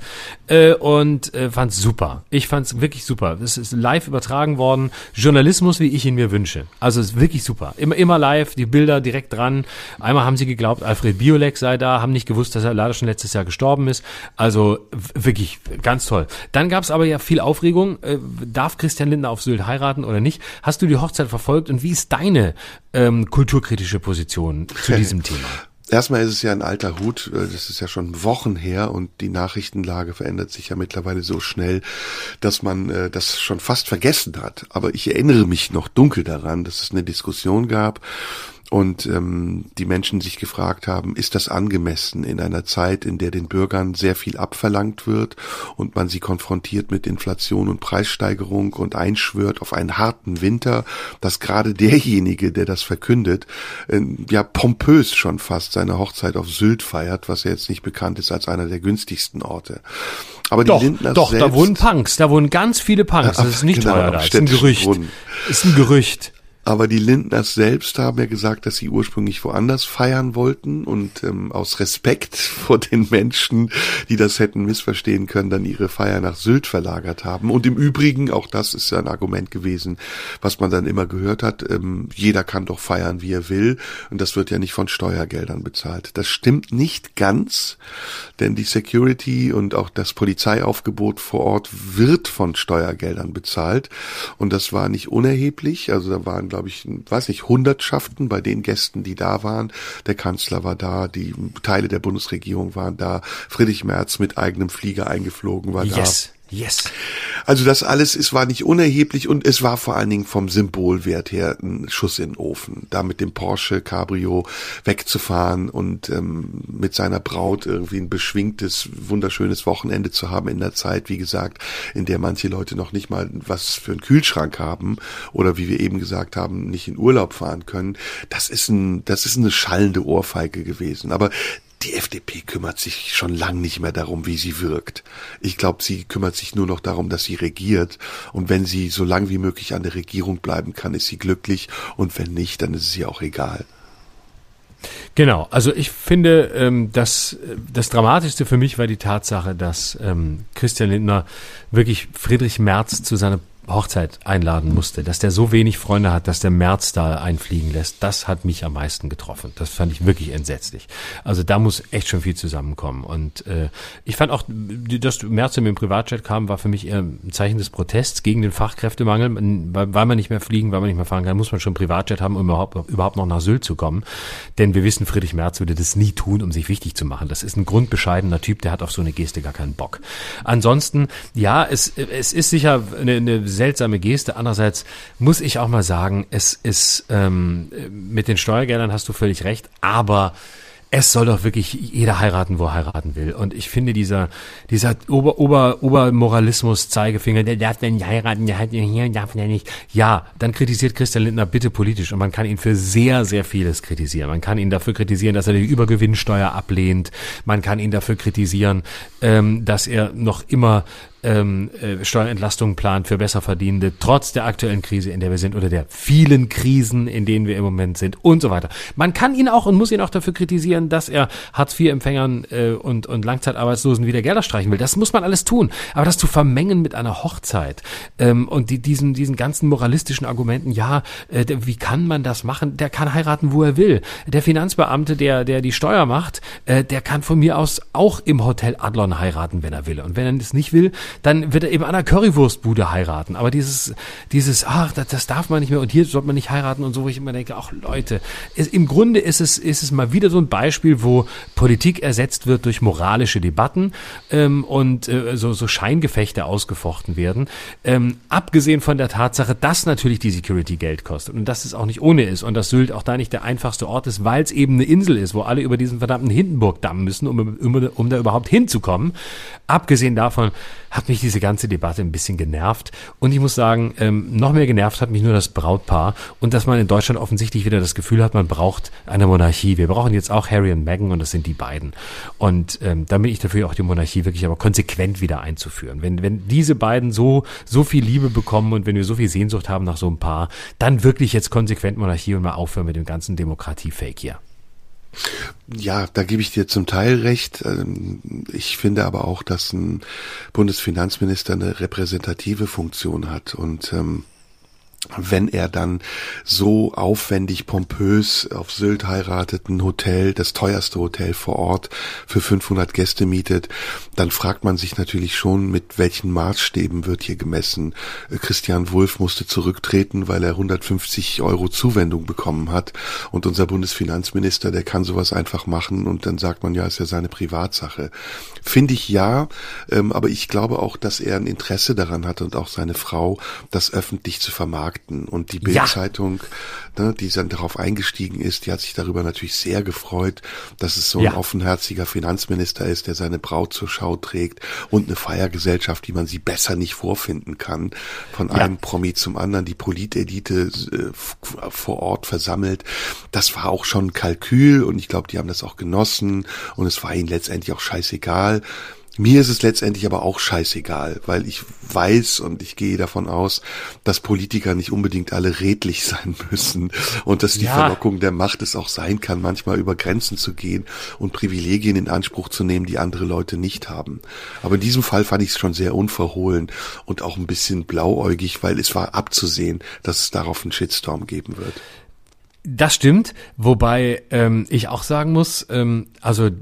und fand's super. Ich fand's wirklich super. Es ist live übertragen worden. Journalismus, wie ich ihn mir wünsche. Also es ist wirklich super. Immer live, die Bilder direkt dran. Einmal haben sie geglaubt, Alfred Biolek sei da, haben nicht gewusst, dass er leider schon letztes Jahr gestorben ist. Also wirklich ganz toll. Dann gab's aber ja viel Aufregung. Darf Christian Lindner auf Sylt heiraten oder nicht? Hast du die Hochzeit verfolgt und wie ist deine kulturkritische Position zu diesem Thema? Erstmal ist es ja ein alter Hut, das ist ja schon Wochen her und die Nachrichtenlage verändert sich ja mittlerweile so schnell, dass man das schon fast vergessen hat. Aber ich erinnere mich noch dunkel daran, dass es eine Diskussion gab und die Menschen sich gefragt haben, ist das angemessen in einer Zeit, in der den Bürgern sehr viel abverlangt wird und man sie konfrontiert mit Inflation und Preissteigerung und einschwört auf einen harten Winter, dass gerade derjenige, der das verkündet, pompös schon fast seine Hochzeit auf Sylt feiert, was ja jetzt nicht bekannt ist als einer der günstigsten Orte. Aber die Lindners selbst, da wohnen Punks, da wohnen ganz viele Punks, das ist nicht teuer da, das ist ein Gerücht. Ist ein Gerücht. Aber die Lindners selbst haben ja gesagt, dass sie ursprünglich woanders feiern wollten und aus Respekt vor den Menschen, die das hätten missverstehen können, dann ihre Feier nach Sylt verlagert haben. Und im Übrigen, auch das ist ja ein Argument gewesen, was man dann immer gehört hat, jeder kann doch feiern, wie er will und das wird ja nicht von Steuergeldern bezahlt. Das stimmt nicht ganz, denn die Security und auch das Polizeiaufgebot vor Ort wird von Steuergeldern bezahlt und das war nicht unerheblich, also da waren, glaube ich, Hundertschaften bei den Gästen, die da waren. Der Kanzler war da, die Teile der Bundesregierung waren da, Friedrich Merz mit eigenem Flieger eingeflogen war da. Yes. Also das alles, war nicht unerheblich und es war vor allen Dingen vom Symbolwert her ein Schuss in den Ofen. Da mit dem Porsche Cabrio wegzufahren und mit seiner Braut irgendwie ein beschwingtes, wunderschönes Wochenende zu haben in der Zeit, wie gesagt, in der manche Leute noch nicht mal was für einen Kühlschrank haben oder wie wir eben gesagt haben, nicht in Urlaub fahren können. Das ist eine schallende Ohrfeige gewesen. Aber die FDP kümmert sich schon lang nicht mehr darum, wie sie wirkt. Ich glaube, sie kümmert sich nur noch darum, dass sie regiert. Und wenn sie so lang wie möglich an der Regierung bleiben kann, ist sie glücklich. Und wenn nicht, dann ist es ihr auch egal. Genau, also ich finde, das Dramatischste für mich war die Tatsache, dass Christian Lindner wirklich Friedrich Merz zu seiner Hochzeit einladen musste, dass der so wenig Freunde hat, dass der Merz da einfliegen lässt, das hat mich am meisten getroffen. Das fand ich wirklich entsetzlich. Also da muss echt schon viel zusammenkommen. Und ich fand auch, dass Merz mit dem Privatjet kam, war für mich eher ein Zeichen des Protests gegen den Fachkräftemangel. Weil man nicht mehr fliegen, weil man nicht mehr fahren kann, muss man schon ein Privatjet haben, um überhaupt noch nach Sylt zu kommen. Denn wir wissen, Friedrich Merz würde das nie tun, um sich wichtig zu machen. Das ist ein grundbescheidener Typ, der hat auf so eine Geste gar keinen Bock. Ansonsten, ja, es ist sicher eine seltsame Geste. Andererseits muss ich auch mal sagen, es ist mit den Steuergeldern hast du völlig recht, aber es soll doch wirklich jeder heiraten, wo er heiraten will. Und ich finde dieser Obermoralismus Zeigefinger, der darf denn nicht heiraten, der hat hier, darf der nicht. Ja, dann kritisiert Christian Lindner bitte politisch und man kann ihn für sehr, sehr vieles kritisieren. Man kann ihn dafür kritisieren, dass er die Übergewinnsteuer ablehnt. Man kann ihn dafür kritisieren, dass er noch immer Steuerentlastungen plant für Besserverdienende, trotz der aktuellen Krise, in der wir sind, oder der vielen Krisen, in denen wir im Moment sind und so weiter. Man kann ihn auch und muss ihn auch dafür kritisieren, dass er Hartz-IV-Empfängern und Langzeitarbeitslosen wieder Gelder streichen will. Das muss man alles tun. Aber das zu vermengen mit einer Hochzeit und diesen ganzen moralistischen Argumenten, wie kann man das machen? Der kann heiraten, wo er will. Der Finanzbeamte, der die Steuer macht, der kann von mir aus auch im Hotel Adlon heiraten, wenn er will. Und wenn er das nicht will, dann wird er eben an einer Currywurstbude heiraten. Aber das darf man nicht mehr und hier sollte man nicht heiraten und so, wo ich immer denke, ach Leute, im Grunde ist es mal wieder so ein Beispiel, wo Politik ersetzt wird durch moralische Debatten und so Scheingefechte ausgefochten werden. Abgesehen von der Tatsache, dass natürlich die Security Geld kostet und dass es auch nicht ohne ist und dass Sylt auch da nicht der einfachste Ort ist, weil es eben eine Insel ist, wo alle über diesen verdammten Hindenburgdamm müssen, um da überhaupt hinzukommen. Abgesehen davon hat mich diese ganze Debatte ein bisschen genervt. Und ich muss sagen, noch mehr genervt hat mich nur das Brautpaar und dass man in Deutschland offensichtlich wieder das Gefühl hat, man braucht eine Monarchie. Wir brauchen jetzt auch Harry und Meghan und das sind die beiden. Und da bin ich dafür, auch die Monarchie wirklich aber konsequent wieder einzuführen. Wenn diese beiden so viel Liebe bekommen und wenn wir so viel Sehnsucht haben nach so einem Paar, dann wirklich jetzt konsequent Monarchie und mal aufhören mit dem ganzen Demokratie-Fake hier. Ja, da gebe ich dir zum Teil recht. Ich finde aber auch, dass ein Bundesfinanzminister eine repräsentative Funktion hat und wenn er dann so aufwendig, pompös auf Sylt heiratet, ein Hotel, das teuerste Hotel vor Ort für 500 Gäste mietet, dann fragt man sich natürlich schon, mit welchen Maßstäben wird hier gemessen. Christian Wulff musste zurücktreten, weil er 150 € Zuwendung bekommen hat und unser Bundesfinanzminister, der kann sowas einfach machen und dann sagt man, ja, ist ja seine Privatsache. Finde ich ja, aber ich glaube auch, dass er ein Interesse daran hat und auch seine Frau, das öffentlich zu vermarkten. Und die Bild-Zeitung, die dann darauf eingestiegen ist, die hat sich darüber natürlich sehr gefreut, dass es so ein offenherziger Finanzminister ist, der seine Braut zur Schau trägt und eine Feiergesellschaft, wie man sie besser nicht vorfinden kann, von einem Promi zum anderen, die Politelite vor Ort versammelt. Das war auch schon ein Kalkül und ich glaube, die haben das auch genossen und es war ihnen letztendlich auch scheißegal. Mir ist es letztendlich aber auch scheißegal, weil ich weiß und ich gehe davon aus, dass Politiker nicht unbedingt alle redlich sein müssen und dass die Verlockung der Macht es auch sein kann, manchmal über Grenzen zu gehen und Privilegien in Anspruch zu nehmen, die andere Leute nicht haben. Aber in diesem Fall fand ich es schon sehr unverhohlen und auch ein bisschen blauäugig, weil es war abzusehen, dass es darauf einen Shitstorm geben wird. Das stimmt, wobei ich auch sagen muss, also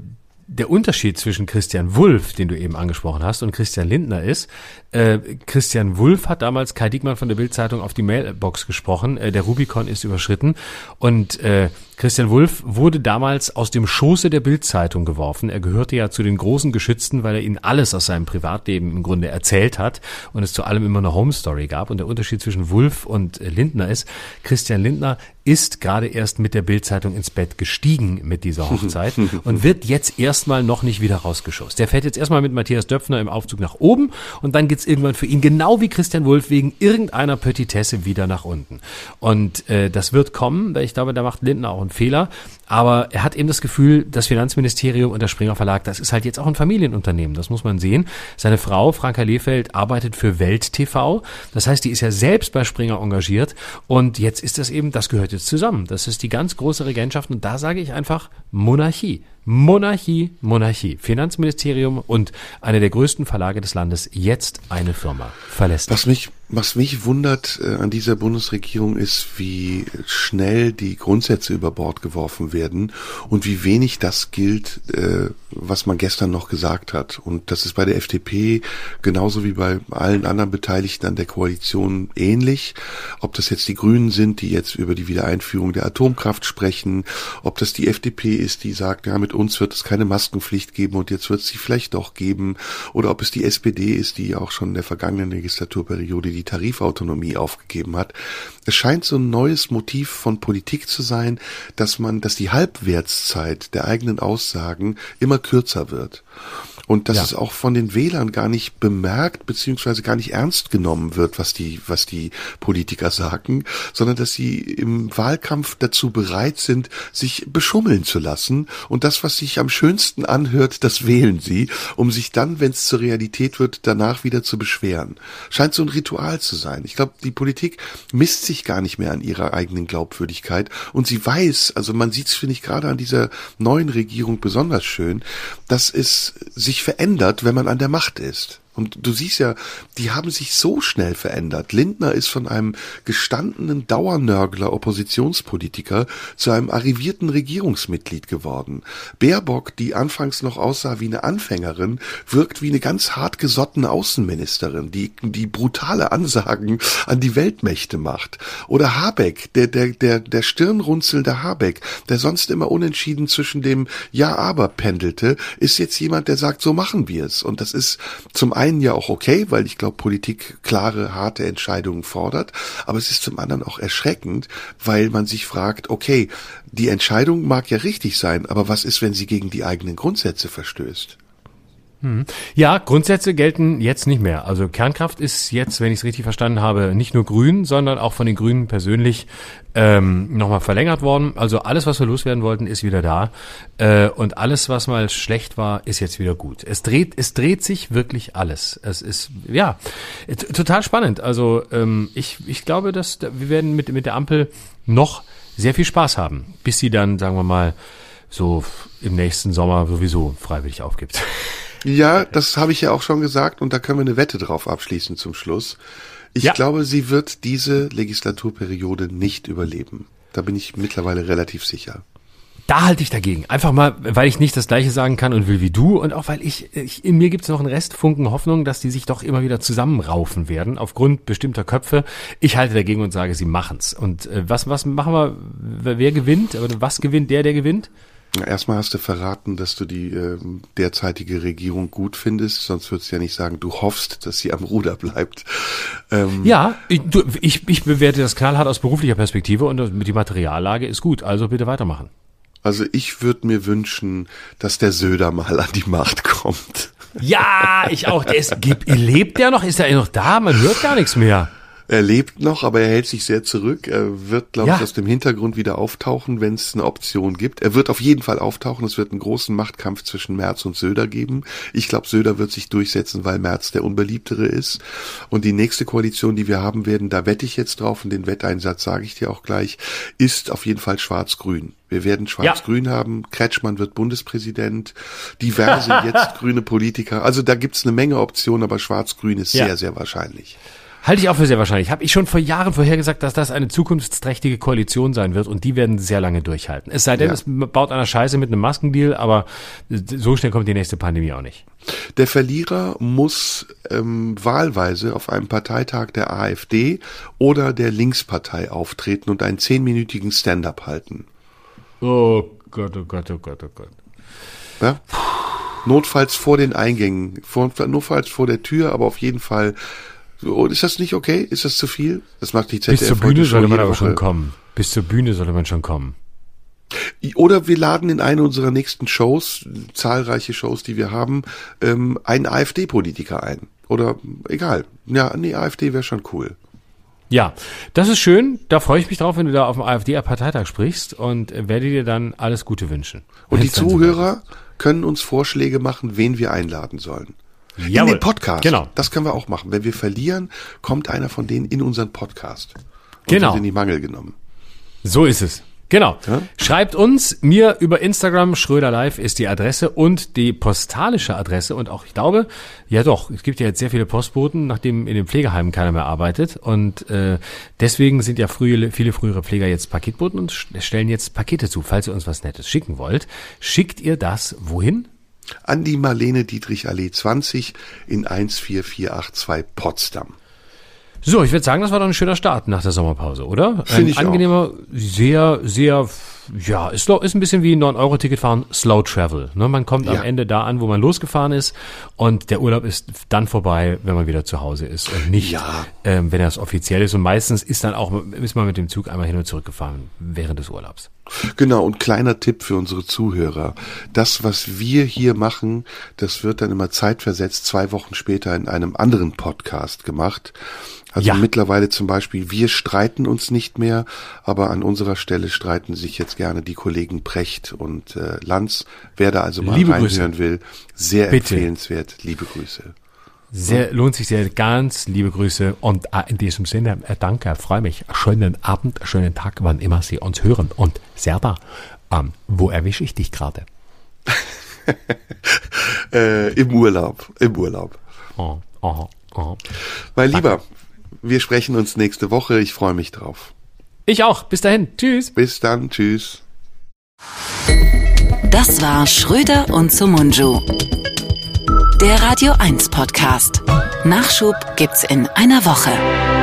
der Unterschied zwischen Christian Wulff, den du eben angesprochen hast, und Christian Lindner ist, Christian Wulff hat damals Kai Diekmann von der Bild-Zeitung auf die Mailbox gesprochen, der Rubikon ist überschritten und Christian Wulff wurde damals aus dem Schoße der Bild-Zeitung geworfen. Er gehörte ja zu den großen Geschützten, weil er ihnen alles aus seinem Privatleben im Grunde erzählt hat und es zu allem immer eine Home-Story gab. Und der Unterschied zwischen Wulff und Lindner ist, Christian Lindner ist gerade erst mit der Bild-Zeitung ins Bett gestiegen mit dieser Hochzeit und wird jetzt erstmal noch nicht wieder rausgeschossen. Der fährt jetzt erstmal mit Matthias Döpfner im Aufzug nach oben und dann geht's irgendwann für ihn, genau wie Christian Wulff, wegen irgendeiner Petitesse wieder nach unten. Und das wird kommen, weil ich glaube, da macht Lindner auch einen Fehler. Aber er hat eben das Gefühl, das Finanzministerium und der Springer Verlag, das ist halt jetzt auch ein Familienunternehmen, das muss man sehen. Seine Frau, Franka Lehfeldt, arbeitet für Welt TV. Das heißt, die ist ja selbst bei Springer engagiert. Und jetzt ist das eben, das gehört jetzt zusammen. Das ist die ganz große Regentschaft. Und da sage ich einfach Monarchie. Monarchie, Monarchie. Finanzministerium und eine der größten Verlage des Landes, jetzt eine Firma, verlässt. Was mich wundert an dieser Bundesregierung ist, wie schnell die Grundsätze über Bord geworfen werden und wie wenig das gilt, was man gestern noch gesagt hat. Und das ist bei der FDP genauso wie bei allen anderen Beteiligten an der Koalition ähnlich. Ob das jetzt die Grünen sind, die jetzt über die Wiedereinführung der Atomkraft sprechen, ob das die FDP ist, die sagt, ja, mit uns wird es keine Maskenpflicht geben und jetzt wird es sie vielleicht doch geben, oder ob es die SPD ist, die auch schon in der vergangenen Legislaturperiode die Tarifautonomie aufgegeben hat. Es scheint so ein neues Motiv von Politik zu sein, dass die Halbwertszeit der eigenen Aussagen immer kürzer wird. Und dass es auch von den Wählern gar nicht bemerkt, beziehungsweise gar nicht ernst genommen wird, was die Politiker sagen, sondern dass sie im Wahlkampf dazu bereit sind, sich beschummeln zu lassen. Und das, was sich am schönsten anhört, das wählen sie, um sich dann, wenn es zur Realität wird, danach wieder zu beschweren. Scheint so ein Ritual zu sein. Ich glaube, die Politik misst sich gar nicht mehr an ihrer eigenen Glaubwürdigkeit. Und sie weiß, also man sieht es, finde ich, gerade an dieser neuen Regierung besonders schön, dass es sich verändert, wenn man an der Macht ist. Und du siehst ja, die haben sich so schnell verändert. Lindner ist von einem gestandenen Dauernörgler Oppositionspolitiker zu einem arrivierten Regierungsmitglied geworden. Baerbock, die anfangs noch aussah wie eine Anfängerin, wirkt wie eine ganz hartgesottene Außenministerin, die brutale Ansagen an die Weltmächte macht. Oder Habeck, der stirnrunzelnde Habeck, der sonst immer unentschieden zwischen dem Ja-Aber pendelte, ist jetzt jemand, der sagt, so machen wir es. Und das ist zum einen ja auch okay, weil ich glaube, Politik klare, harte Entscheidungen fordert, aber es ist zum anderen auch erschreckend, weil man sich fragt, okay, die Entscheidung mag ja richtig sein, aber was ist, wenn sie gegen die eigenen Grundsätze verstößt? Ja, Grundsätze gelten jetzt nicht mehr. Also Kernkraft ist jetzt, wenn ich es richtig verstanden habe, nicht nur grün, sondern auch von den Grünen persönlich nochmal verlängert worden. Also alles, was wir loswerden wollten, ist wieder da. Und alles, was mal schlecht war, ist jetzt wieder gut. Es dreht sich wirklich alles. Es ist, ja, total spannend. Also ich glaube, dass wir werden mit der Ampel noch sehr viel Spaß haben, bis sie dann, sagen wir mal, so im nächsten Sommer sowieso freiwillig aufgibt. Ja, das habe ich ja auch schon gesagt und da können wir eine Wette drauf abschließen zum Schluss. Ich glaube, sie wird diese Legislaturperiode nicht überleben. Da bin ich mittlerweile relativ sicher. Da halte ich dagegen. Einfach mal, weil ich nicht das Gleiche sagen kann und will wie du und auch weil ich in mir gibt es noch einen Restfunken Hoffnung, dass die sich doch immer wieder zusammenraufen werden aufgrund bestimmter Köpfe. Ich halte dagegen und sage, sie machen's. Und was machen wir? Wer gewinnt? Oder was gewinnt der gewinnt? Erstmal hast du verraten, dass du die derzeitige Regierung gut findest, sonst würdest du ja nicht sagen, du hoffst, dass sie am Ruder bleibt. Ja, ich bewerte das knallhart aus beruflicher Perspektive und die Materiallage ist gut, also bitte weitermachen. Also ich würde mir wünschen, dass der Söder mal an die Macht kommt. Ja, ich auch. Lebt der noch? Ist er noch da? Man hört gar nichts mehr. Er lebt noch, aber er hält sich sehr zurück. Er wird, glaube ich, aus dem Hintergrund wieder auftauchen, wenn es eine Option gibt. Er wird auf jeden Fall auftauchen. Es wird einen großen Machtkampf zwischen Merz und Söder geben. Ich glaube, Söder wird sich durchsetzen, weil Merz der Unbeliebtere ist. Und die nächste Koalition, die wir haben werden, da wette ich jetzt drauf und den Wetteinsatz sage ich dir auch gleich, ist auf jeden Fall schwarz-grün. Wir werden schwarz-grün haben. Kretschmann wird Bundespräsident. Diverse jetzt grüne Politiker. Also da gibt's eine Menge Optionen, aber schwarz-grün ist sehr, sehr wahrscheinlich. Halte ich auch für sehr wahrscheinlich. Habe ich schon vor Jahren vorhergesagt, dass das eine zukunftsträchtige Koalition sein wird und die werden sehr lange durchhalten. Es sei denn, es baut einer Scheiße mit einem Maskendeal, aber so schnell kommt die nächste Pandemie auch nicht. Der Verlierer muss wahlweise auf einem Parteitag der AfD oder der Linkspartei auftreten und einen 10-minütigen Stand-up halten. Oh Gott, oh Gott, oh Gott, oh Gott. Ja? Notfalls vor den Eingängen, notfalls vor der Tür, aber auf jeden Fall. Ist das nicht okay? Ist das zu viel? Das macht die ZDF. Bis zur Bühne sollte man aber schon kommen. Bis zur Bühne sollte man schon kommen. Oder wir laden in eine unserer nächsten Shows, zahlreiche Shows, die wir haben, einen AfD-Politiker ein. Oder egal. Ja, nee, AfD wäre schon cool. Ja, das ist schön. Da freue ich mich drauf, wenn du da auf dem AfD-Parteitag sprichst und werde dir dann alles Gute wünschen. Und die Zuhörer können uns Vorschläge machen, wen wir einladen sollen. Jawohl. In den Podcast. Genau. Das können wir auch machen. Wenn wir verlieren, kommt einer von denen in unseren Podcast. Und genau. wird in die Mangel genommen. So ist es. Genau. Ja? Schreibt uns, mir über Instagram, Schröder Live ist die Adresse und die postalische Adresse und auch, ich glaube, ja doch, es gibt ja jetzt sehr viele Postboten, nachdem in den Pflegeheimen keiner mehr arbeitet und deswegen sind ja viele frühere Pfleger jetzt Paketboten und stellen jetzt Pakete zu. Falls ihr uns was Nettes schicken wollt, schickt ihr das wohin? An die Marlene Dietrich Allee 20 in 14482 Potsdam. So, ich würde sagen, das war doch ein schöner Start nach der Sommerpause, oder? Finde ich ein angenehmer, sehr, sehr, ja, ist ein bisschen wie ein 9-Euro-Ticket fahren, Slow Travel. Ne? Man kommt am Ende da an, wo man losgefahren ist und der Urlaub ist dann vorbei, wenn man wieder zu Hause ist und nicht, wenn er es offiziell ist. Und meistens ist man mit dem Zug einmal hin und zurück gefahren während des Urlaubs. Genau, und kleiner Tipp für unsere Zuhörer. Das, was wir hier machen, das wird dann immer zeitversetzt 2 Wochen später in einem anderen Podcast gemacht. Also mittlerweile zum Beispiel, wir streiten uns nicht mehr, aber an unserer Stelle streiten sich jetzt gerne die Kollegen Precht und Lanz. Wer da also mal reinhören will, sehr empfehlenswert. Liebe Grüße. Lohnt sich sehr, ganz liebe Grüße und in diesem Sinne, danke, freue mich. Schönen Abend, schönen Tag, wann immer Sie uns hören. Und Serda, wo erwische ich dich gerade? Im Urlaub. Mein Lieber, wir sprechen uns nächste Woche. Ich freue mich drauf. Ich auch. Bis dahin. Tschüss. Bis dann. Tschüss. Das war Schröder und Sumunju. Der Radio 1 Podcast. Nachschub gibt's in einer Woche.